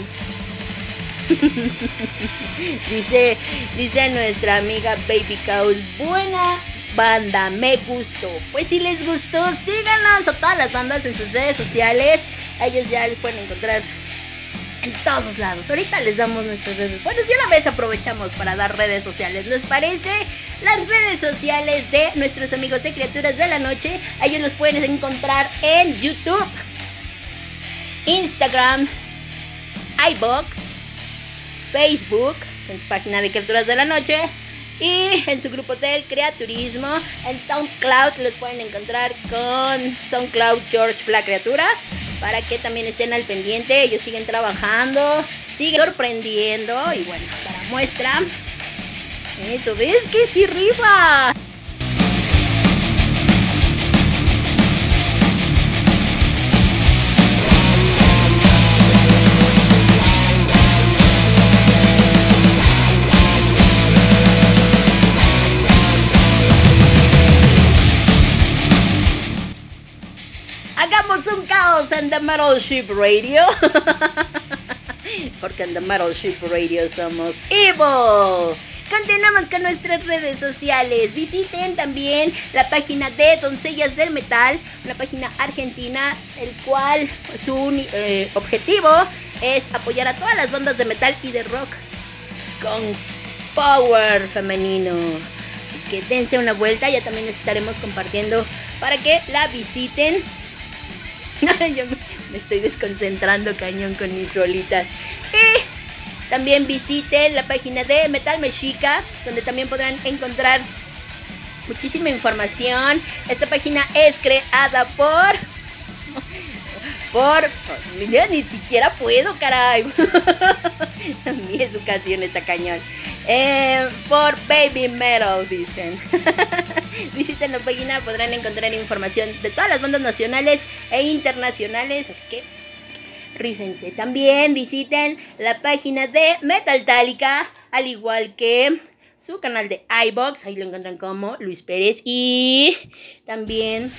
dice, dice nuestra amiga Baby Cows, buena banda, me gustó. Pues si les gustó, síganos a todas las bandas en sus redes sociales. Ellos ya les pueden encontrar en todos lados. Ahorita les damos nuestras redes. Bueno, de una vez aprovechamos para dar redes sociales. ¿Les parece? Las redes sociales de nuestros amigos de Criaturas de la Noche. Ellos los pueden encontrar en YouTube, Instagram, iVoox, Facebook, en su página de Criaturas de la Noche, y en su grupo del Creaturismo. En SoundCloud los pueden encontrar con SoundCloud George la Criatura, para que también estén al pendiente. Ellos siguen trabajando, siguen sorprendiendo. Y bueno, para muestra, ¿eh? ¿Tú ves que sí rifa? Hagamos un caos en The Metal Ship Radio. Porque en The Metal Ship Radio somos evil. Continuamos con nuestras redes sociales. Visiten también la página de Doncellas del Metal, una página argentina, el cual su eh, objetivo es apoyar a todas las bandas de metal y de rock con power femenino. Así que dense una vuelta, ya también les estaremos compartiendo para que la visiten. Yo me, me estoy desconcentrando cañón con mis rolitas. Y también visiten la página de Metal Mexica, donde también podrán encontrar muchísima información. Esta página es creada por... Por... Yo ni siquiera puedo, caray. Mi educación está cañón. Eh, por Baby Metal, dicen. Visiten la página, podrán encontrar información de todas las bandas nacionales e internacionales, así que rífense. También visiten la página de Metaltálica, al igual que su canal de iVoox, ahí lo encuentran como Luis Pérez, y también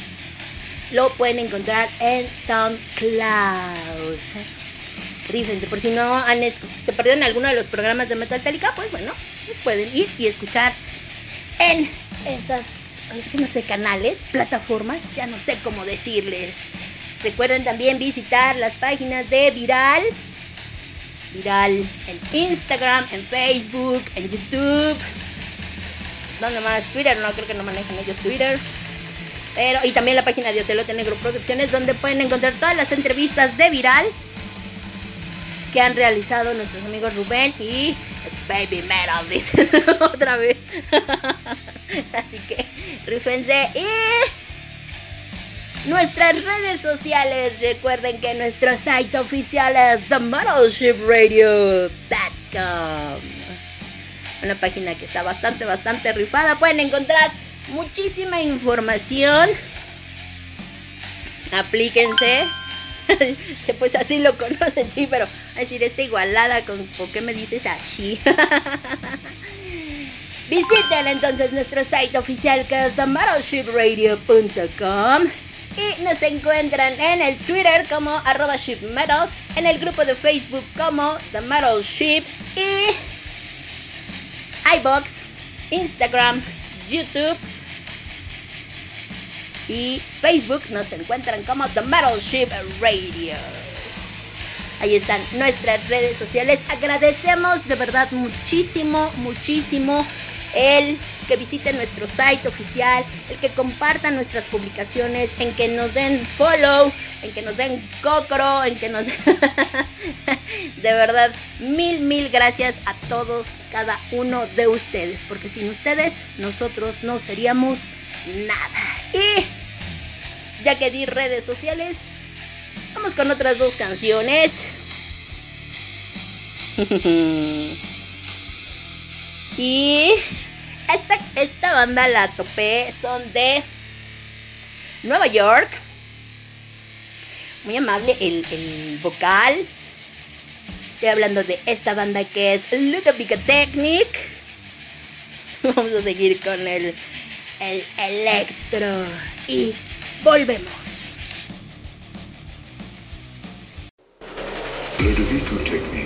lo pueden encontrar en SoundCloud. Rífense, por si no han es- se perdieron alguno de los programas de Metaltálica, pues bueno, pues pueden ir y escuchar en esas, es que no sé, canales, plataformas, ya no sé cómo decirles. Recuerden también visitar las páginas de Viral, Viral en Instagram, en Facebook, en YouTube. ¿Dónde más? Twitter, no, creo que no manejan ellos Twitter. Pero, y también la página de Ocelote Negro Producciones, donde pueden encontrar todas las entrevistas de Viral que han realizado nuestros amigos Rubén y Baby Metal, dicen otra vez. Así que rífense. Y nuestras redes sociales, recuerden que nuestro site oficial es the metal ship radio dot com, una página que está bastante, bastante rifada. Pueden encontrar muchísima información. Aplíquense. Pues así lo conocen, sí, pero a decir, esta igualada con ¿por qué me dices así? Visiten entonces nuestro site oficial, que es the metal ship radio dot com. Y nos encuentran en el Twitter como arroba shipmetal, en el grupo de Facebook como The Metal Ship y iVoox, Instagram, YouTube y Facebook nos encuentran como The Metal Ship Radio. Ahí están nuestras redes sociales. Agradecemos de verdad muchísimo, muchísimo el que visiten nuestro site oficial, el que compartan nuestras publicaciones, en que nos den follow, en que nos den cocoro, en que nos... De verdad, mil, mil gracias a todos, cada uno de ustedes, porque sin ustedes nosotros no seríamos nada. Y ya que di redes sociales, vamos con otras dos canciones. Y esta, esta banda la topé, son de Nueva York. Muy amable el, el vocal. Estoy hablando de esta banda que es Ludovica Technic. Vamos a seguir con el, el electro y volvemos. Ludovico Technic.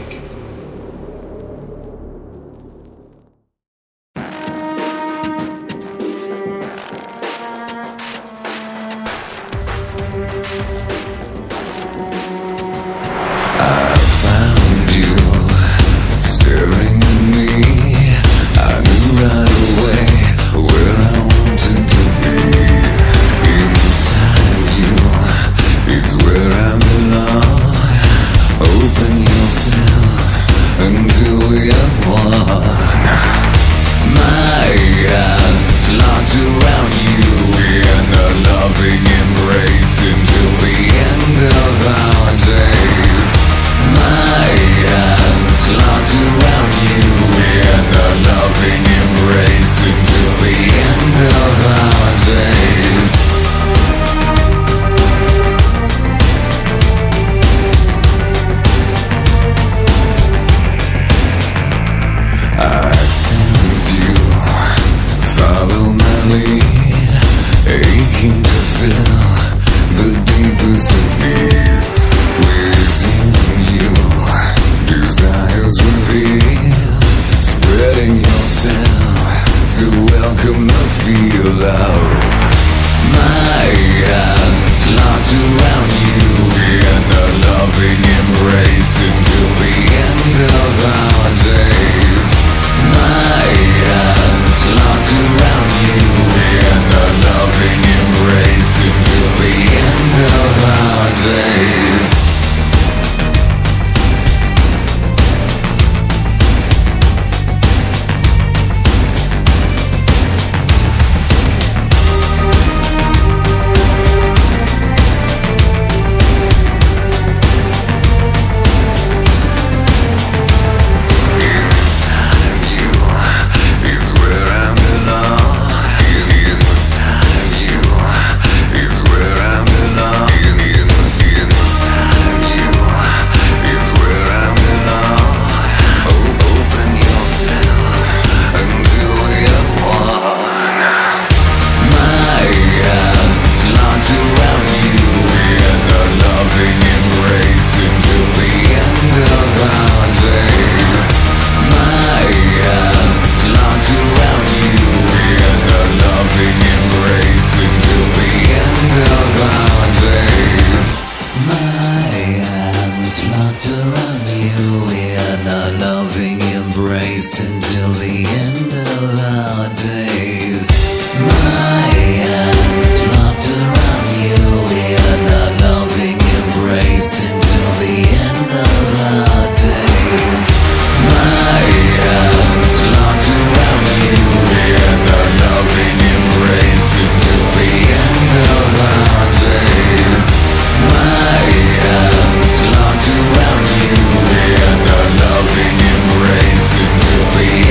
Till the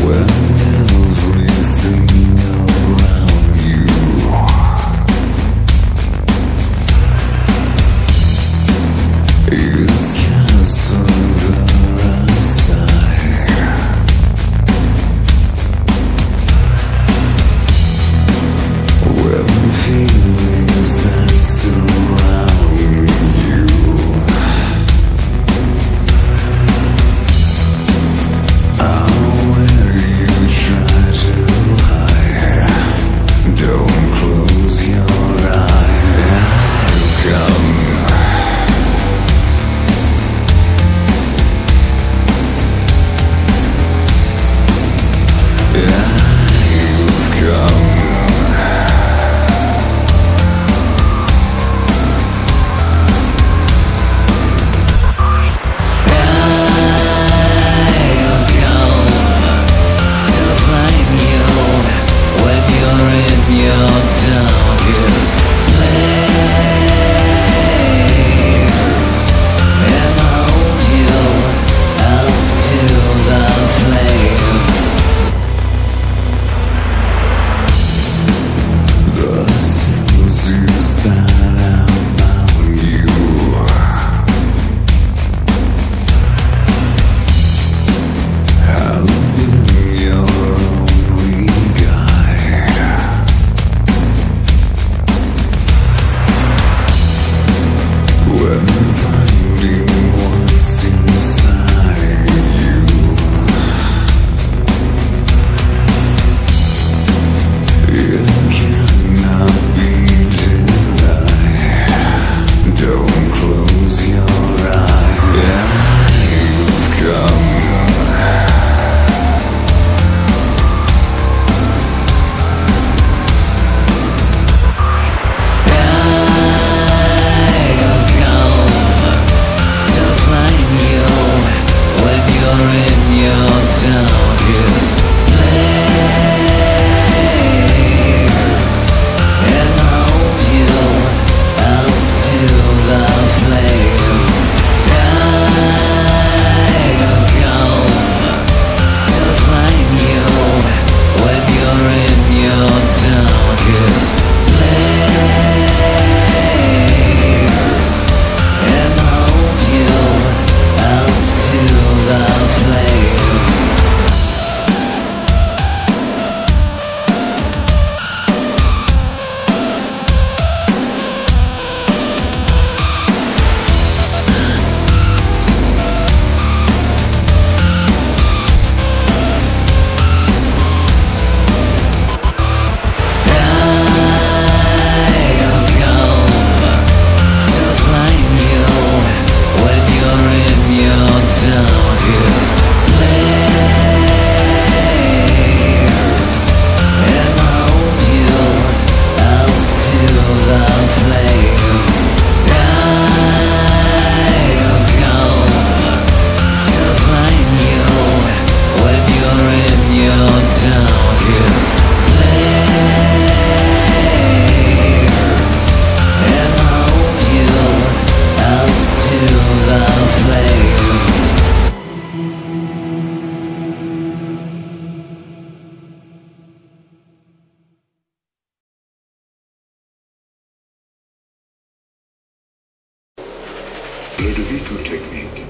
Technik.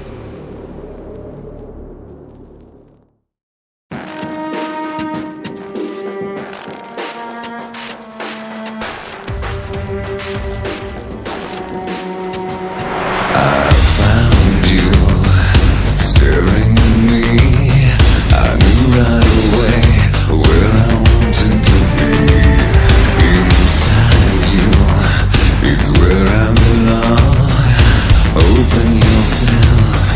Open yourself.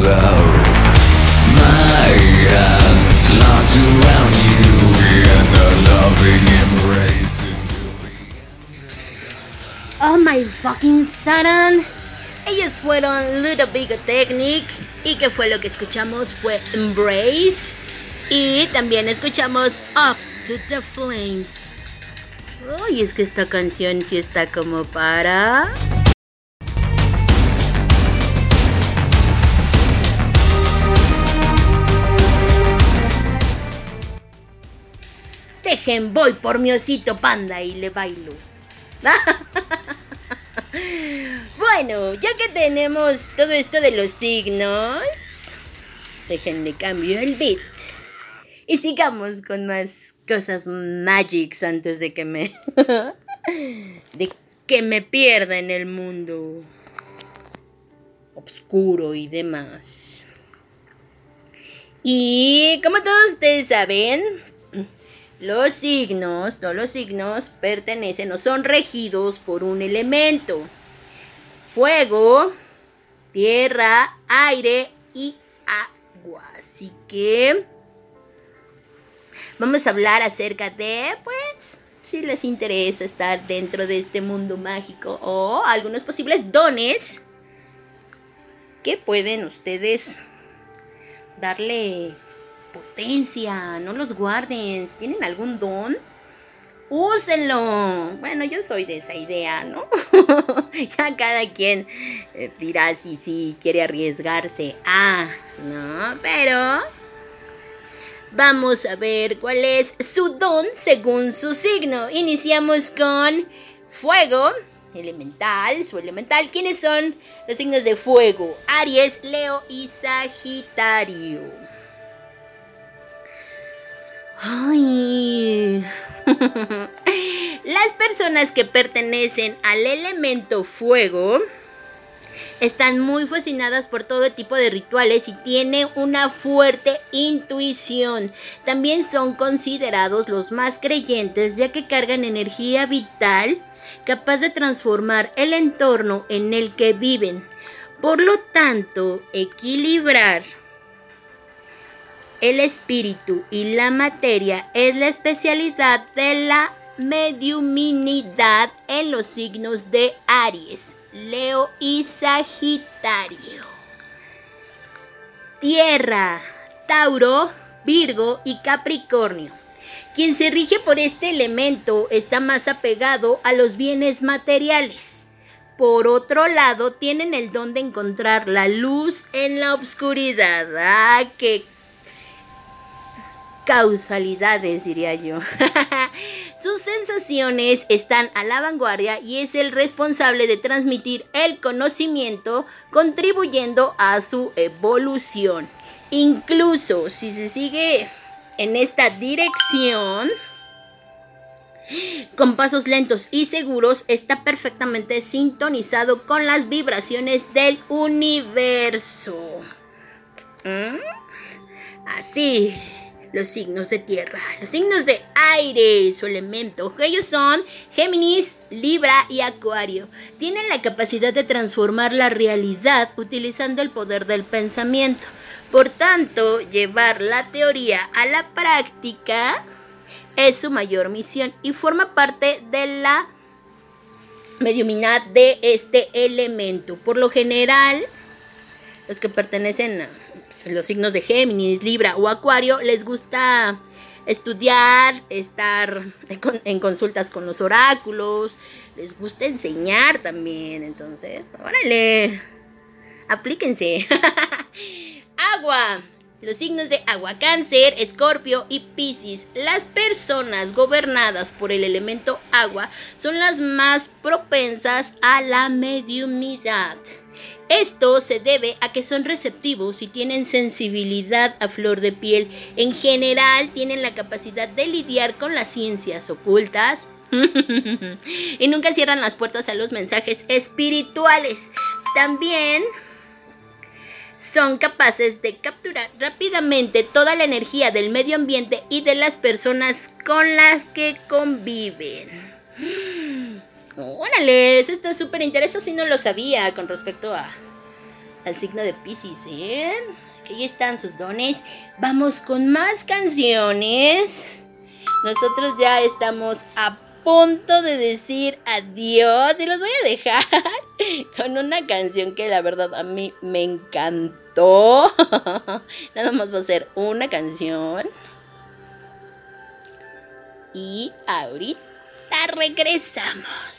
love. My hands locked around you in a loving embrace until the end. Oh my fucking Satan. Ellos fueron Ludovico Technic. ¿Y qué fue lo que escuchamos? Fue Embrace. Y también escuchamos Up to the Flames. Uy, es que esta canción sí está como para... Dejen, voy por mi osito panda y le bailo. Bueno, ya que tenemos todo esto de los signos, déjenme cambio el beat y sigamos con más cosas magics antes de que me de que me pierda en el mundo oscuro y demás. Y como todos ustedes saben, los signos, todos los signos pertenecen o son regidos por un elemento: fuego, tierra, aire y agua. Así que vamos a hablar acerca de, pues, si les interesa estar dentro de este mundo mágico o algunos posibles dones que pueden ustedes darle potencia. No los guarden. Si tienen algún don, úsenlo. Bueno, yo soy de esa idea, ¿no? Ya cada quien eh, dirá si, si quiere arriesgarse. Ah, no, pero vamos a ver cuál es su don según su signo. Iniciamos con fuego, elemental, su elemental. ¿Quiénes son los signos de fuego? Aries, Leo y Sagitario. Ay. Las personas que pertenecen al elemento fuego están muy fascinadas por todo tipo de rituales y tienen una fuerte intuición. También son considerados los más creyentes, ya que cargan energía vital capaz de transformar el entorno en el que viven. Por lo tanto, equilibrar el espíritu y la materia es la especialidad de la mediuminidad en los signos de Aries, Leo y Sagitario. Tierra, Tauro, Virgo y Capricornio. Quien se rige por este elemento está más apegado a los bienes materiales. Por otro lado, tienen el don de encontrar la luz en la oscuridad. ¡Ah, qué causalidades, diría yo! Sus sensaciones están a la vanguardia y es el responsable de transmitir el conocimiento, contribuyendo a su evolución. Incluso si se sigue en esta dirección, con pasos lentos y seguros, está perfectamente sintonizado con las vibraciones del universo. ¿Mm? Así. Los signos de tierra, los signos de aire, su elemento, ellos son Géminis, Libra y Acuario. Tienen la capacidad de transformar la realidad utilizando el poder del pensamiento. Por tanto, llevar la teoría a la práctica es su mayor misión y forma parte de la mediumnidad de este elemento. Por lo general, los que pertenecen a los signos de Géminis, Libra o Acuario les gusta estudiar, estar en consultas con los oráculos, les gusta enseñar también. Entonces, órale, aplíquense. Agua. Los signos de agua: Cáncer, Escorpio y Piscis. Las personas gobernadas por el elemento agua son las más propensas a la mediumnidad. Esto se debe a que son receptivos y tienen sensibilidad a flor de piel. En general, tienen la capacidad de lidiar con las ciencias ocultas y nunca cierran las puertas a los mensajes espirituales. También son capaces de capturar rápidamente toda la energía del medio ambiente y de las personas con las que conviven. ¡Órale! Eso está súper interesante. Si no lo sabía con respecto a, al signo de Piscis, ¿eh? Así que ahí están sus dones. Vamos con más canciones. Nosotros ya estamos a punto de decir adiós y los voy a dejar con una canción que la verdad a mí me encantó. Nada más va a ser una canción. Y ahorita regresamos.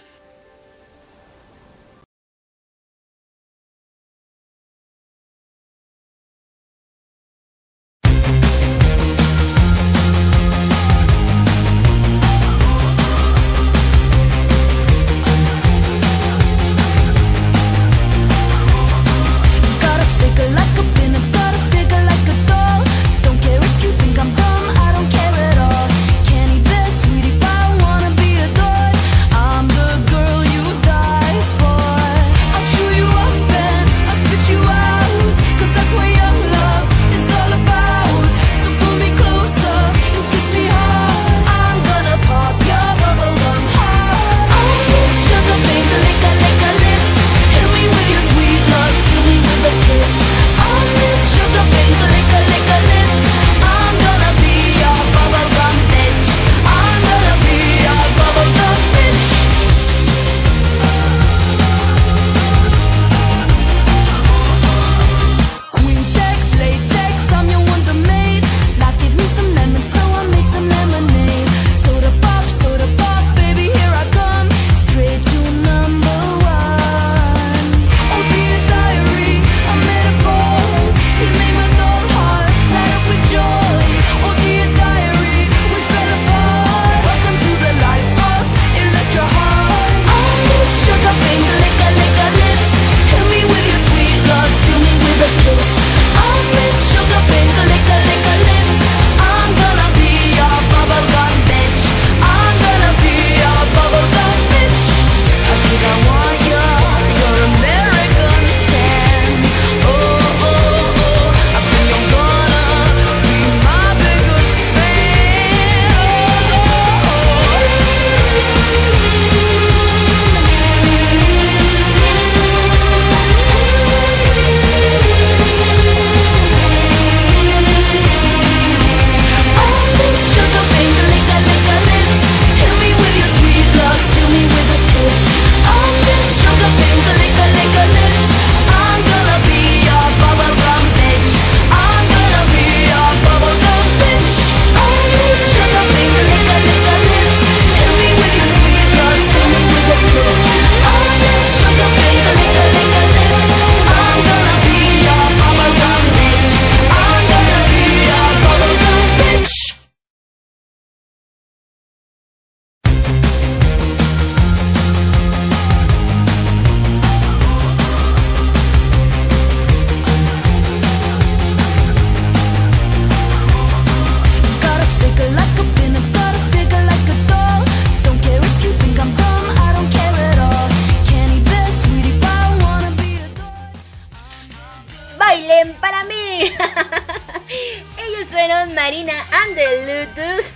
Marina and the Lotus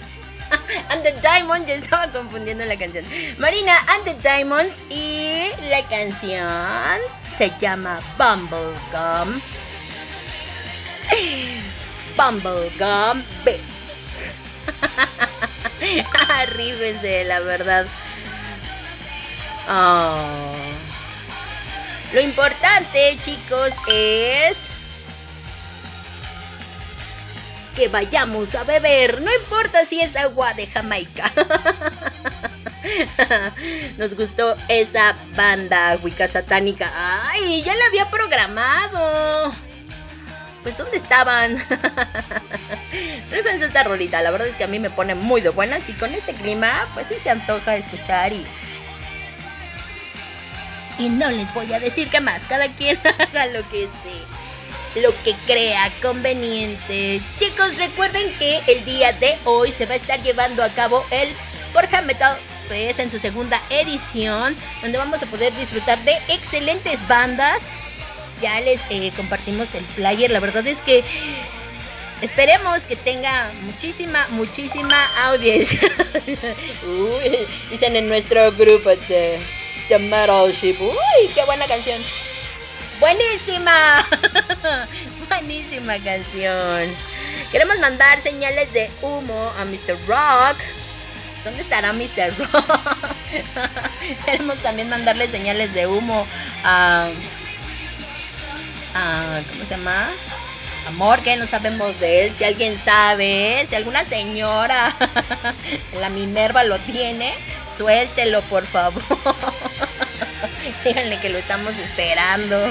and the Diamonds. Yo estaba confundiendo la canción. Marina and the Diamonds. Y la canción se llama Bubblegum. Bubblegum Bitch. Rífense, la verdad. Oh. Lo importante, chicos, es que vayamos a beber. No importa si es agua de Jamaica. Nos gustó esa banda Wicca satánica. Ay, ya la había programado. Pues ¿dónde estaban? Rífense esta rolita. La verdad es que a mí me pone muy de buenas. Y con este clima, pues sí se antoja escuchar y... Y no les voy a decir qué más. Cada quien haga lo que se, lo que crea conveniente. Chicos, recuerden que el día de hoy se va a estar llevando a cabo el Forja Metal Fest en su segunda edición, donde vamos a poder disfrutar de excelentes bandas. Ya les eh, compartimos el flyer. La verdad es que esperemos que tenga muchísima, muchísima audiencia. Uy, dicen en nuestro grupo de... The Metal Ship. Uy, qué buena canción. ¡Buenísima! Buenísima canción. Queremos mandar señales de humo a mister Rock. ¿Dónde estará mister Rock? Queremos también mandarle señales de humo a... a ¿cómo se llama? Amor, que no sabemos de él. Si alguien sabe, si alguna señora la Minerva lo tiene, suéltelo, por favor. Díganle que lo estamos esperando.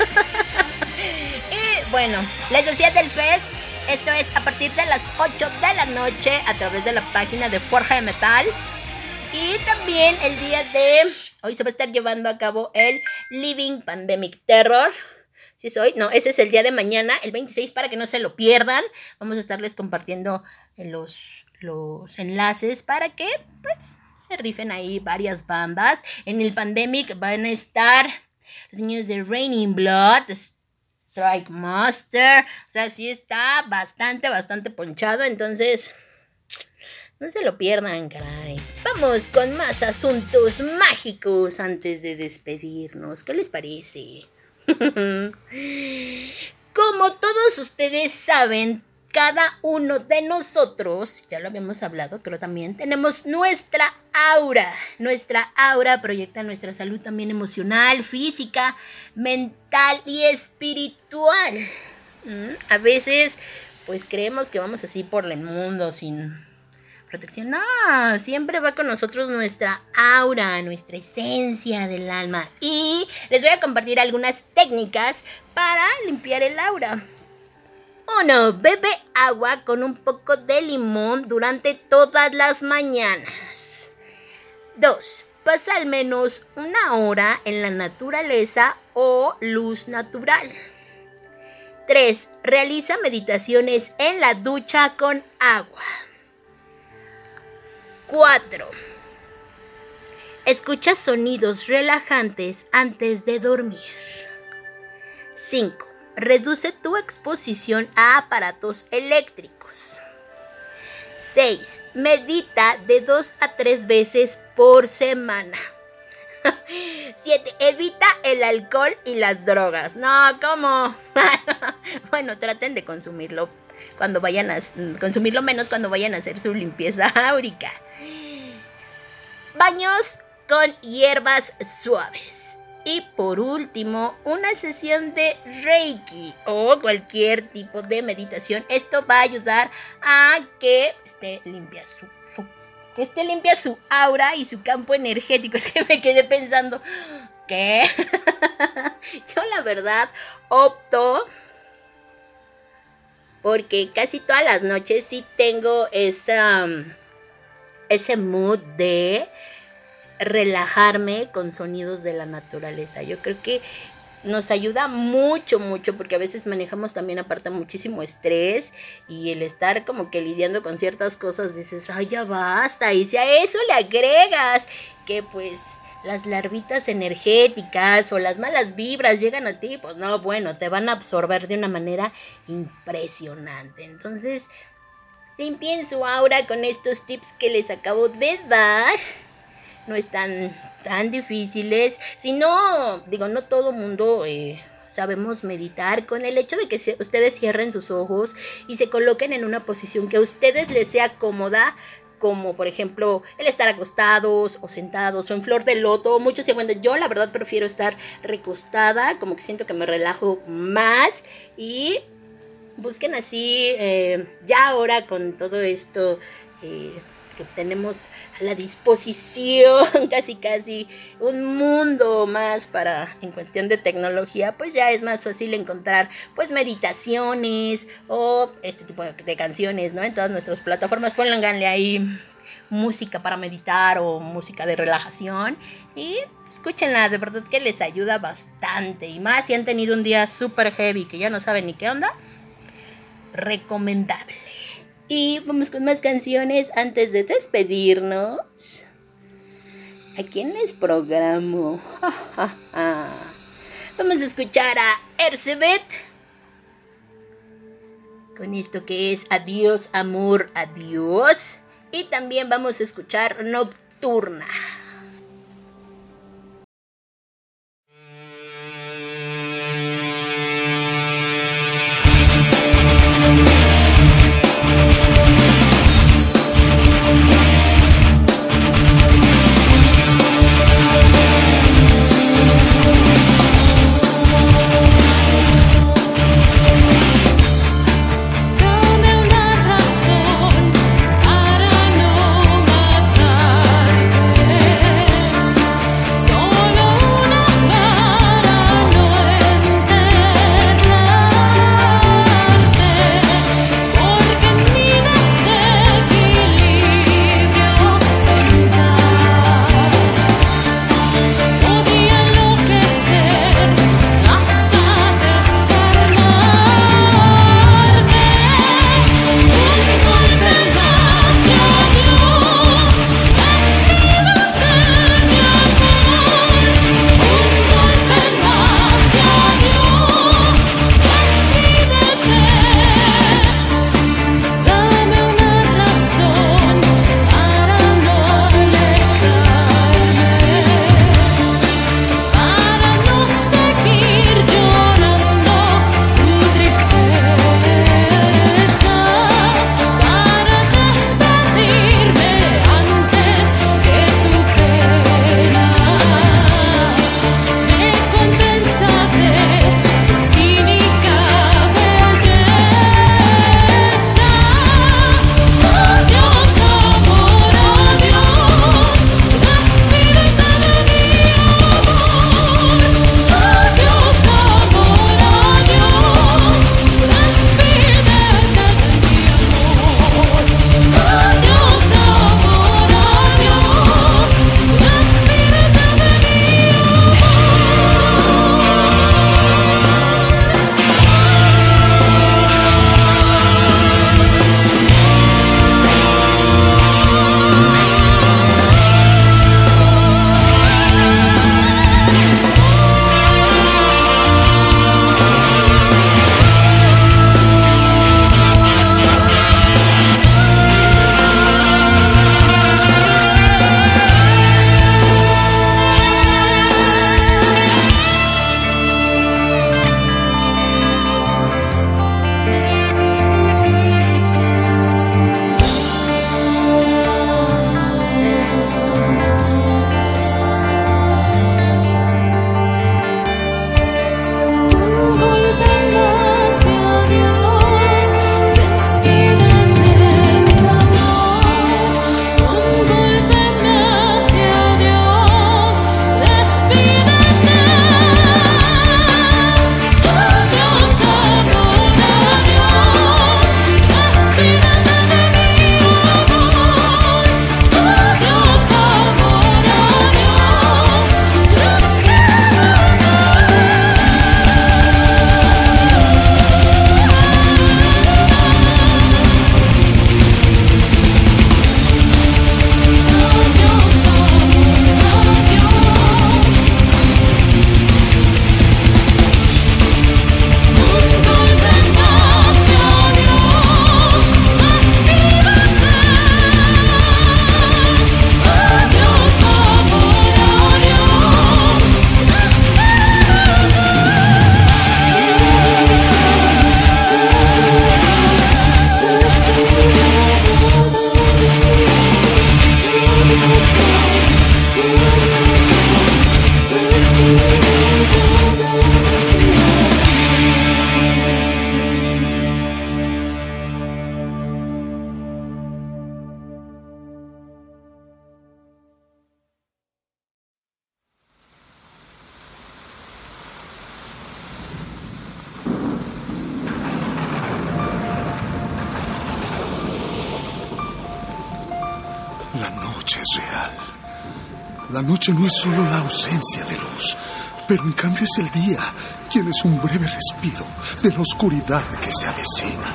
Y bueno, les decía del Fest. Esto es a partir de las ocho de la noche a través de la página de Forja de Metal. Y también el día de hoy se va a estar llevando a cabo el Living Pandemic Terror. ¿Sí es hoy? No, ese es el día de mañana, el veintiséis, para que no se lo pierdan. Vamos a estarles compartiendo los, los enlaces para que, pues, se rifen ahí varias bandas. En el Pandemic van a estar los niños de Raining Blood, Strike Master. O sea, sí está bastante, bastante ponchado. Entonces, no se lo pierdan, caray. Vamos con más asuntos mágicos antes de despedirnos. ¿Qué les parece? Como todos ustedes saben, cada uno de nosotros, ya lo habíamos hablado, creo también, tenemos nuestra aura. Nuestra aura proyecta nuestra salud también emocional, física, mental y espiritual. ¿Mm? A veces, pues creemos que vamos así por el mundo sin protección. No, siempre va con nosotros nuestra aura, nuestra esencia del alma. Y les voy a compartir algunas técnicas para limpiar el aura. Uno, bebe agua con un poco de limón durante todas las mañanas. Dos, pasa al menos una hora en la naturaleza o luz natural. Tres, realiza meditaciones en la ducha con agua. Cuatro, escucha sonidos relajantes antes de dormir. Cinco, reduce tu exposición a aparatos eléctricos. Seis, medita de dos a tres veces por semana. Siete, evita el alcohol y las drogas. No, ¿cómo? Bueno, traten de consumirlo cuando vayan a consumirlo menos cuando vayan a hacer su limpieza áurica. Baños con hierbas suaves. Y por último, una sesión de Reiki o cualquier tipo de meditación. Esto va a ayudar a que esté limpia su, su, que esté limpia su aura y su campo energético. Es que me quedé pensando, ¿qué? Yo la verdad opto porque casi todas las noches sí tengo esa, ese mood de relajarme con sonidos de la naturaleza. Yo creo que nos ayuda mucho, mucho, porque a veces manejamos también aparte muchísimo estrés y el estar como que lidiando con ciertas cosas, dices, ay, ya basta. Y si a eso le agregas que pues las larvitas energéticas o las malas vibras llegan a ti, pues no, bueno, te van a absorber de una manera impresionante. Entonces, limpien su aura con estos tips que les acabo de dar. No están tan difíciles. Si no, digo, no todo mundo eh, sabemos meditar. Con el hecho de que se, ustedes cierren sus ojos y se coloquen en una posición que a ustedes les sea cómoda, como por ejemplo el estar acostados o sentados o en flor de loto. Muchos se cuentan, yo la verdad prefiero estar recostada, como que siento que me relajo más. Y busquen así, eh, ya ahora con todo esto eh, que tenemos a la disposición, casi casi un mundo más para, en cuestión de tecnología, pues ya es más fácil encontrar pues meditaciones o este tipo de, de canciones, ¿no? En todas nuestras plataformas, pónganle ahí música para meditar o música de relajación y escúchenla, de verdad que les ayuda bastante. Y más si han tenido un día súper heavy que ya no saben ni qué onda, recomendable. Y vamos con más canciones antes de despedirnos. ¿A quién les programo? Vamos a escuchar a Erzsébet con esto que es Adiós, amor, adiós. Y también vamos a escuchar Nocturna. noche es real. La noche no es solo la ausencia de luz, pero en cambio es el día, quien es un breve respiro de la oscuridad que se avecina.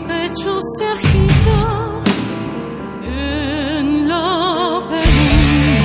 Se agita en la penumbra.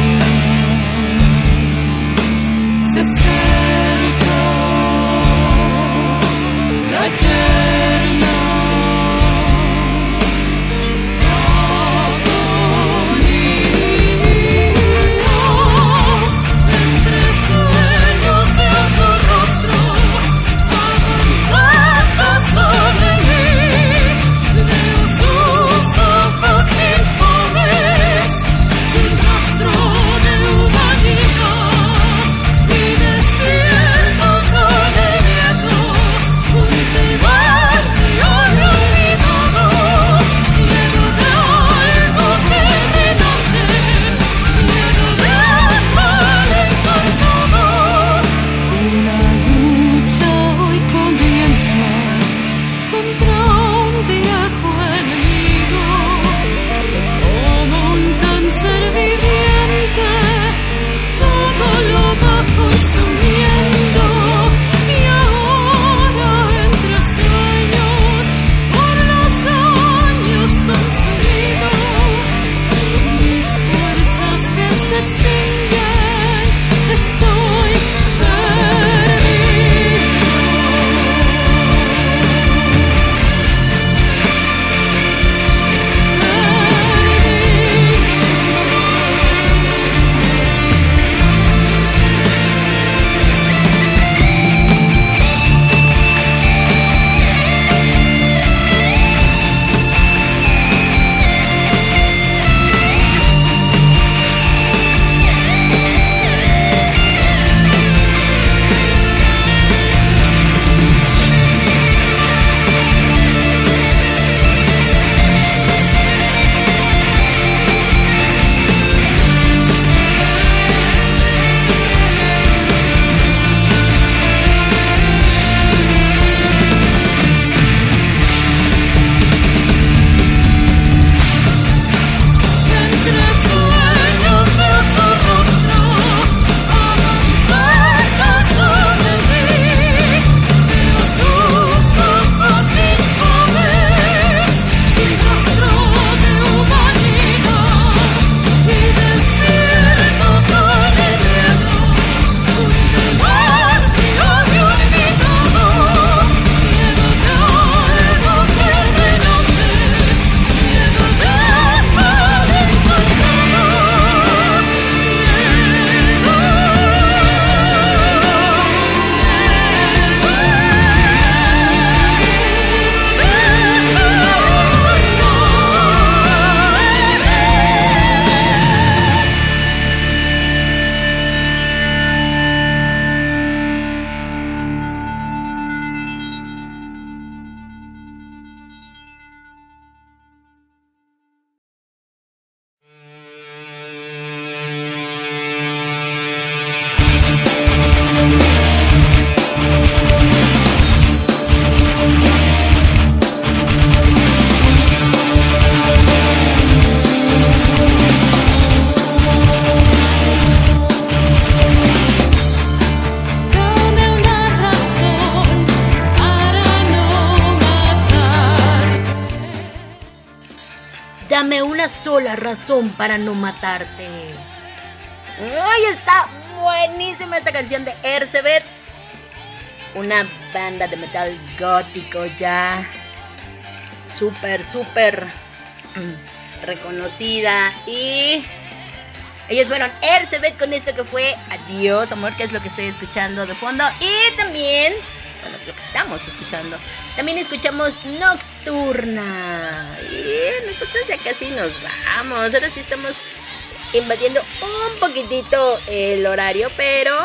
sola razón para no matarte. ¡Ay, está buenísima esta canción de Ersebet! Una banda de metal gótico ya súper, súper reconocida. Y ellos fueron Ersebet con esto que fue Adiós, amor, que es lo que estoy escuchando de fondo. Y también, bueno, lo que estamos escuchando, también escuchamos Nocturna. Y nosotros ya casi nos vamos. Ahora sí estamos invadiendo un poquitito el horario, pero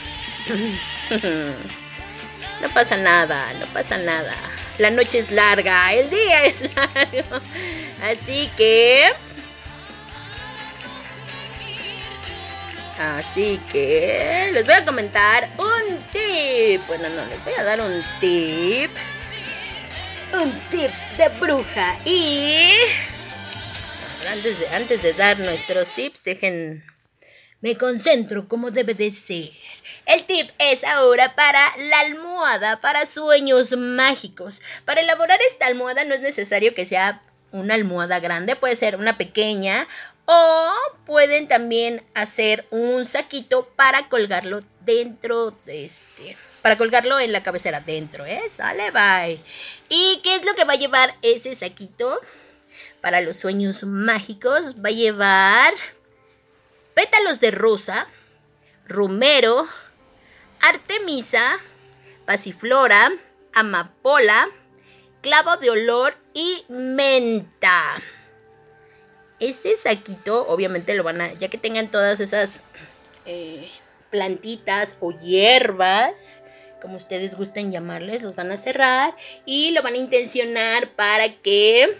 no pasa nada, no pasa nada. La noche es larga, el día es largo. Así que... Así que les voy a comentar un tip. Bueno, no, les voy a dar un tip. Un tip de bruja. Y... Antes de, antes de dar nuestros tips, dejen... Me concentro como debe de ser. El tip es ahora para la almohada, para sueños mágicos. Para elaborar esta almohada no es necesario que sea una almohada grande, puede ser una pequeña. O pueden también hacer un saquito para colgarlo dentro de este... Para colgarlo en la cabecera dentro, ¿eh? Sale, bye. ¿Y qué es lo que va a llevar ese saquito? Para los sueños mágicos va a llevar pétalos de rosa, romero, artemisa, pasiflora, amapola, clavo de olor y menta. Ese saquito, obviamente lo van a, ya que tengan todas esas eh, plantitas o hierbas, como ustedes gusten llamarles, los van a cerrar y lo van a intencionar para que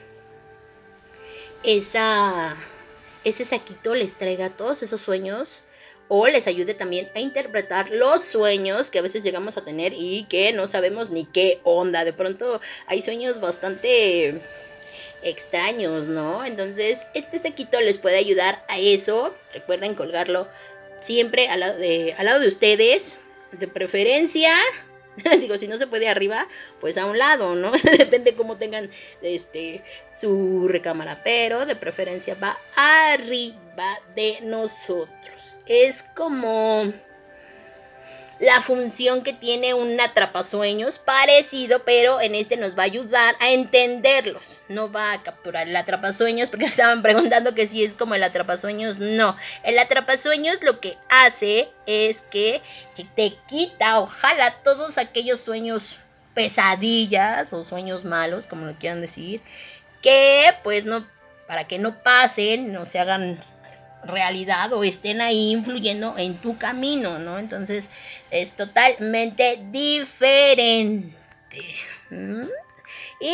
esa, ese saquito les traiga todos esos sueños o les ayude también a interpretar los sueños que a veces llegamos a tener y que no sabemos ni qué onda. De pronto hay sueños bastante extraños, ¿no? Entonces este saquito les puede ayudar a eso. Recuerden colgarlo siempre al lado de, al lado de ustedes, de preferencia. Digo, si no se puede arriba, pues a un lado, ¿no? Depende cómo tengan este su recámara, pero de preferencia va arriba de nosotros. Es como la función que tiene un atrapasueños parecido, pero en este nos va a ayudar a entenderlos. No va a capturar el atrapasueños, porque me estaban preguntando que si es como el atrapasueños. No, el atrapasueños lo que hace es que te quita o jala todos aquellos sueños pesadillas o sueños malos, como lo quieran decir, que pues no, para que no pasen, no se hagan realidad o estén ahí influyendo en tu camino, ¿no? Entonces es totalmente diferente. ¿Mm? Y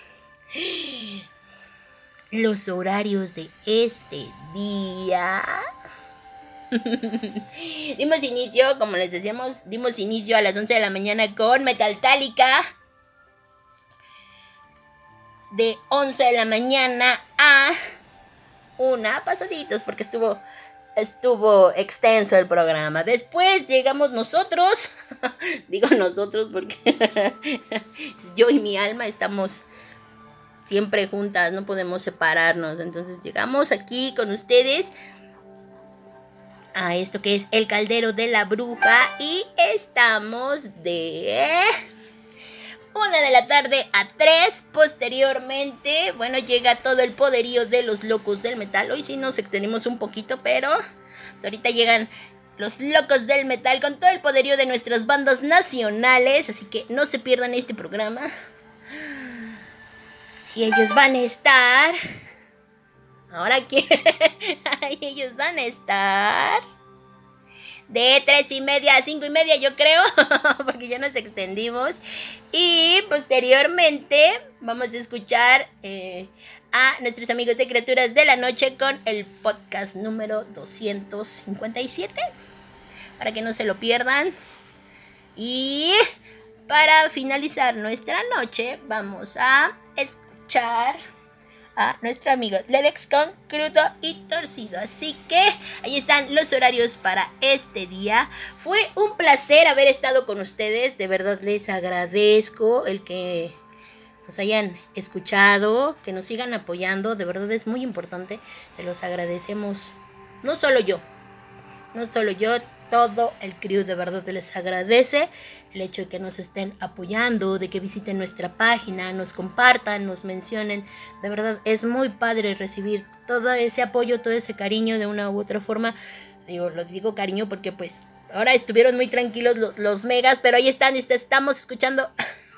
los horarios de este día. Dimos inicio, como les decíamos, dimos inicio a las once de la mañana con Metaltálica. De once de la mañana a una, pasaditos, porque estuvo estuvo extenso el programa. Después llegamos nosotros. Digo nosotros porque yo y mi alma estamos siempre juntas, no podemos separarnos. Entonces llegamos aquí con ustedes a esto que es el Caldero de la Bruja. Y estamos de una de la tarde a tres. Posteriormente, bueno, llega todo el poderío de los locos del metal. Hoy sí nos extendimos un poquito, pero pues ahorita llegan los locos del metal con todo el poderío de nuestras bandas nacionales. Así que no se pierdan este programa. Y ellos van a estar... Ahora quién. Ellos van a estar de tres y media a cinco y media, yo creo, porque ya nos extendimos. Y posteriormente vamos a escuchar eh, a nuestros amigos de Criaturas de la Noche con el podcast número doscientos cincuenta y siete, para que no se lo pierdan. Y para finalizar nuestra noche vamos a escuchar a nuestro amigo Levex con Crudo y Torcido. Así que ahí están los horarios para este día. Fue un placer haber estado con ustedes. De verdad les agradezco el que nos hayan escuchado, que nos sigan apoyando, de verdad es muy importante, se los agradecemos, no solo yo, no solo yo, todo el crew de verdad les agradece el hecho de que nos estén apoyando, de que visiten nuestra página, nos compartan, nos mencionen, de verdad es muy padre recibir todo ese apoyo, todo ese cariño de una u otra forma, digo, lo digo cariño porque pues ahora estuvieron muy tranquilos los, los megas, pero ahí están, estamos escuchando.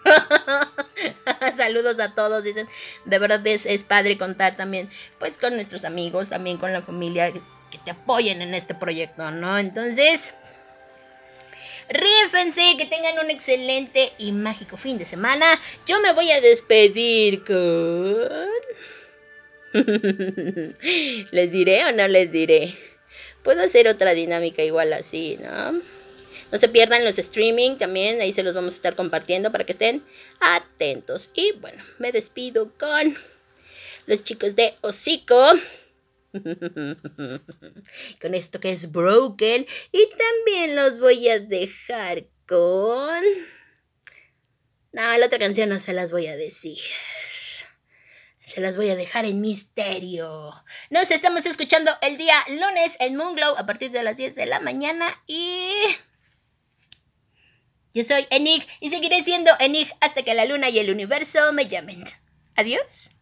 Saludos a todos, dicen, de verdad es, es padre contar también pues con nuestros amigos, también con la familia que, que te apoyen en este proyecto, ¿no? Entonces, rífense, que tengan un excelente y mágico fin de semana. Yo me voy a despedir con... ¿Les diré o no les diré? Puedo hacer otra dinámica igual así, ¿no? No se pierdan los streaming también, ahí se los vamos a estar compartiendo para que estén atentos. Y bueno, me despido con los chicos de Hocico, con esto que es Broken. Y también los voy a dejar con... No, la otra canción no se las voy a decir. Se las voy a dejar en misterio. Nos estamos escuchando el día lunes en Moonglow a partir de las diez de la mañana. Y... yo soy Enig y seguiré siendo Enig hasta que la luna y el universo me llamen. Adiós.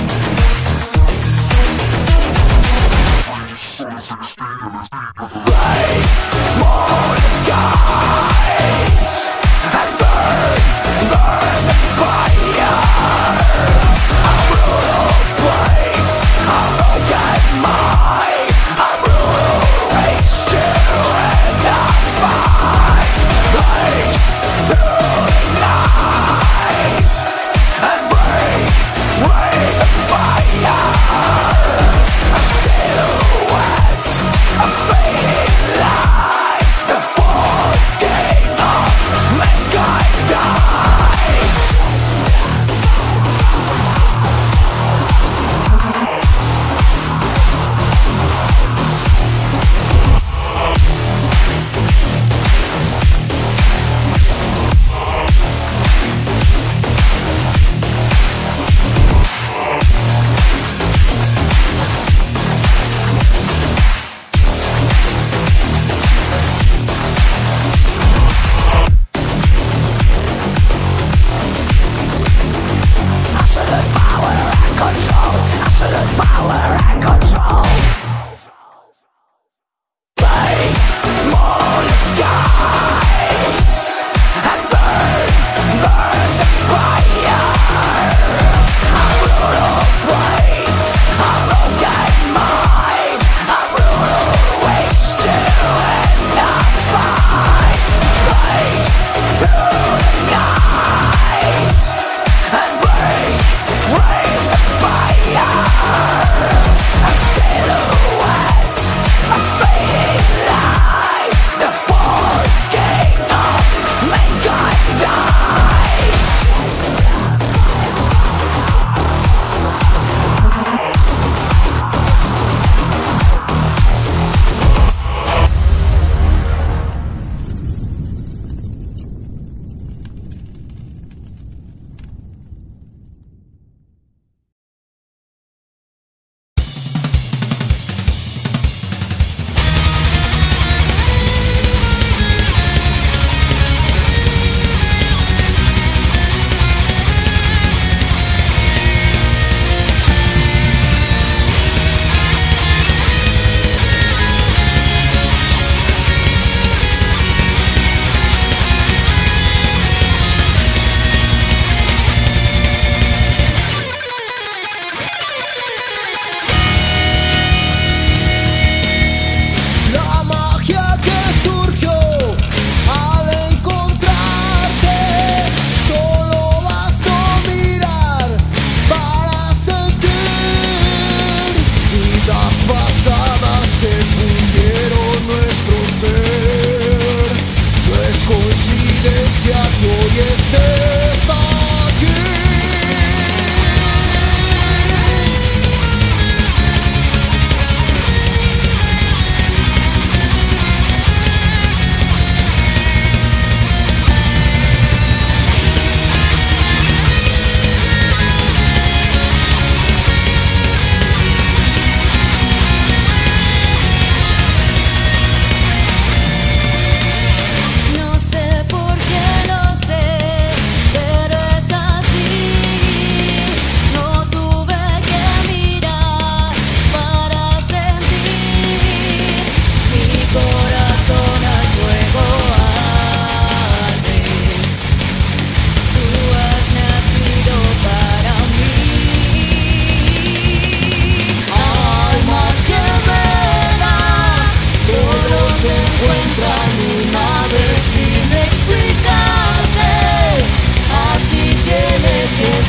Right.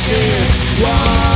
it. Why?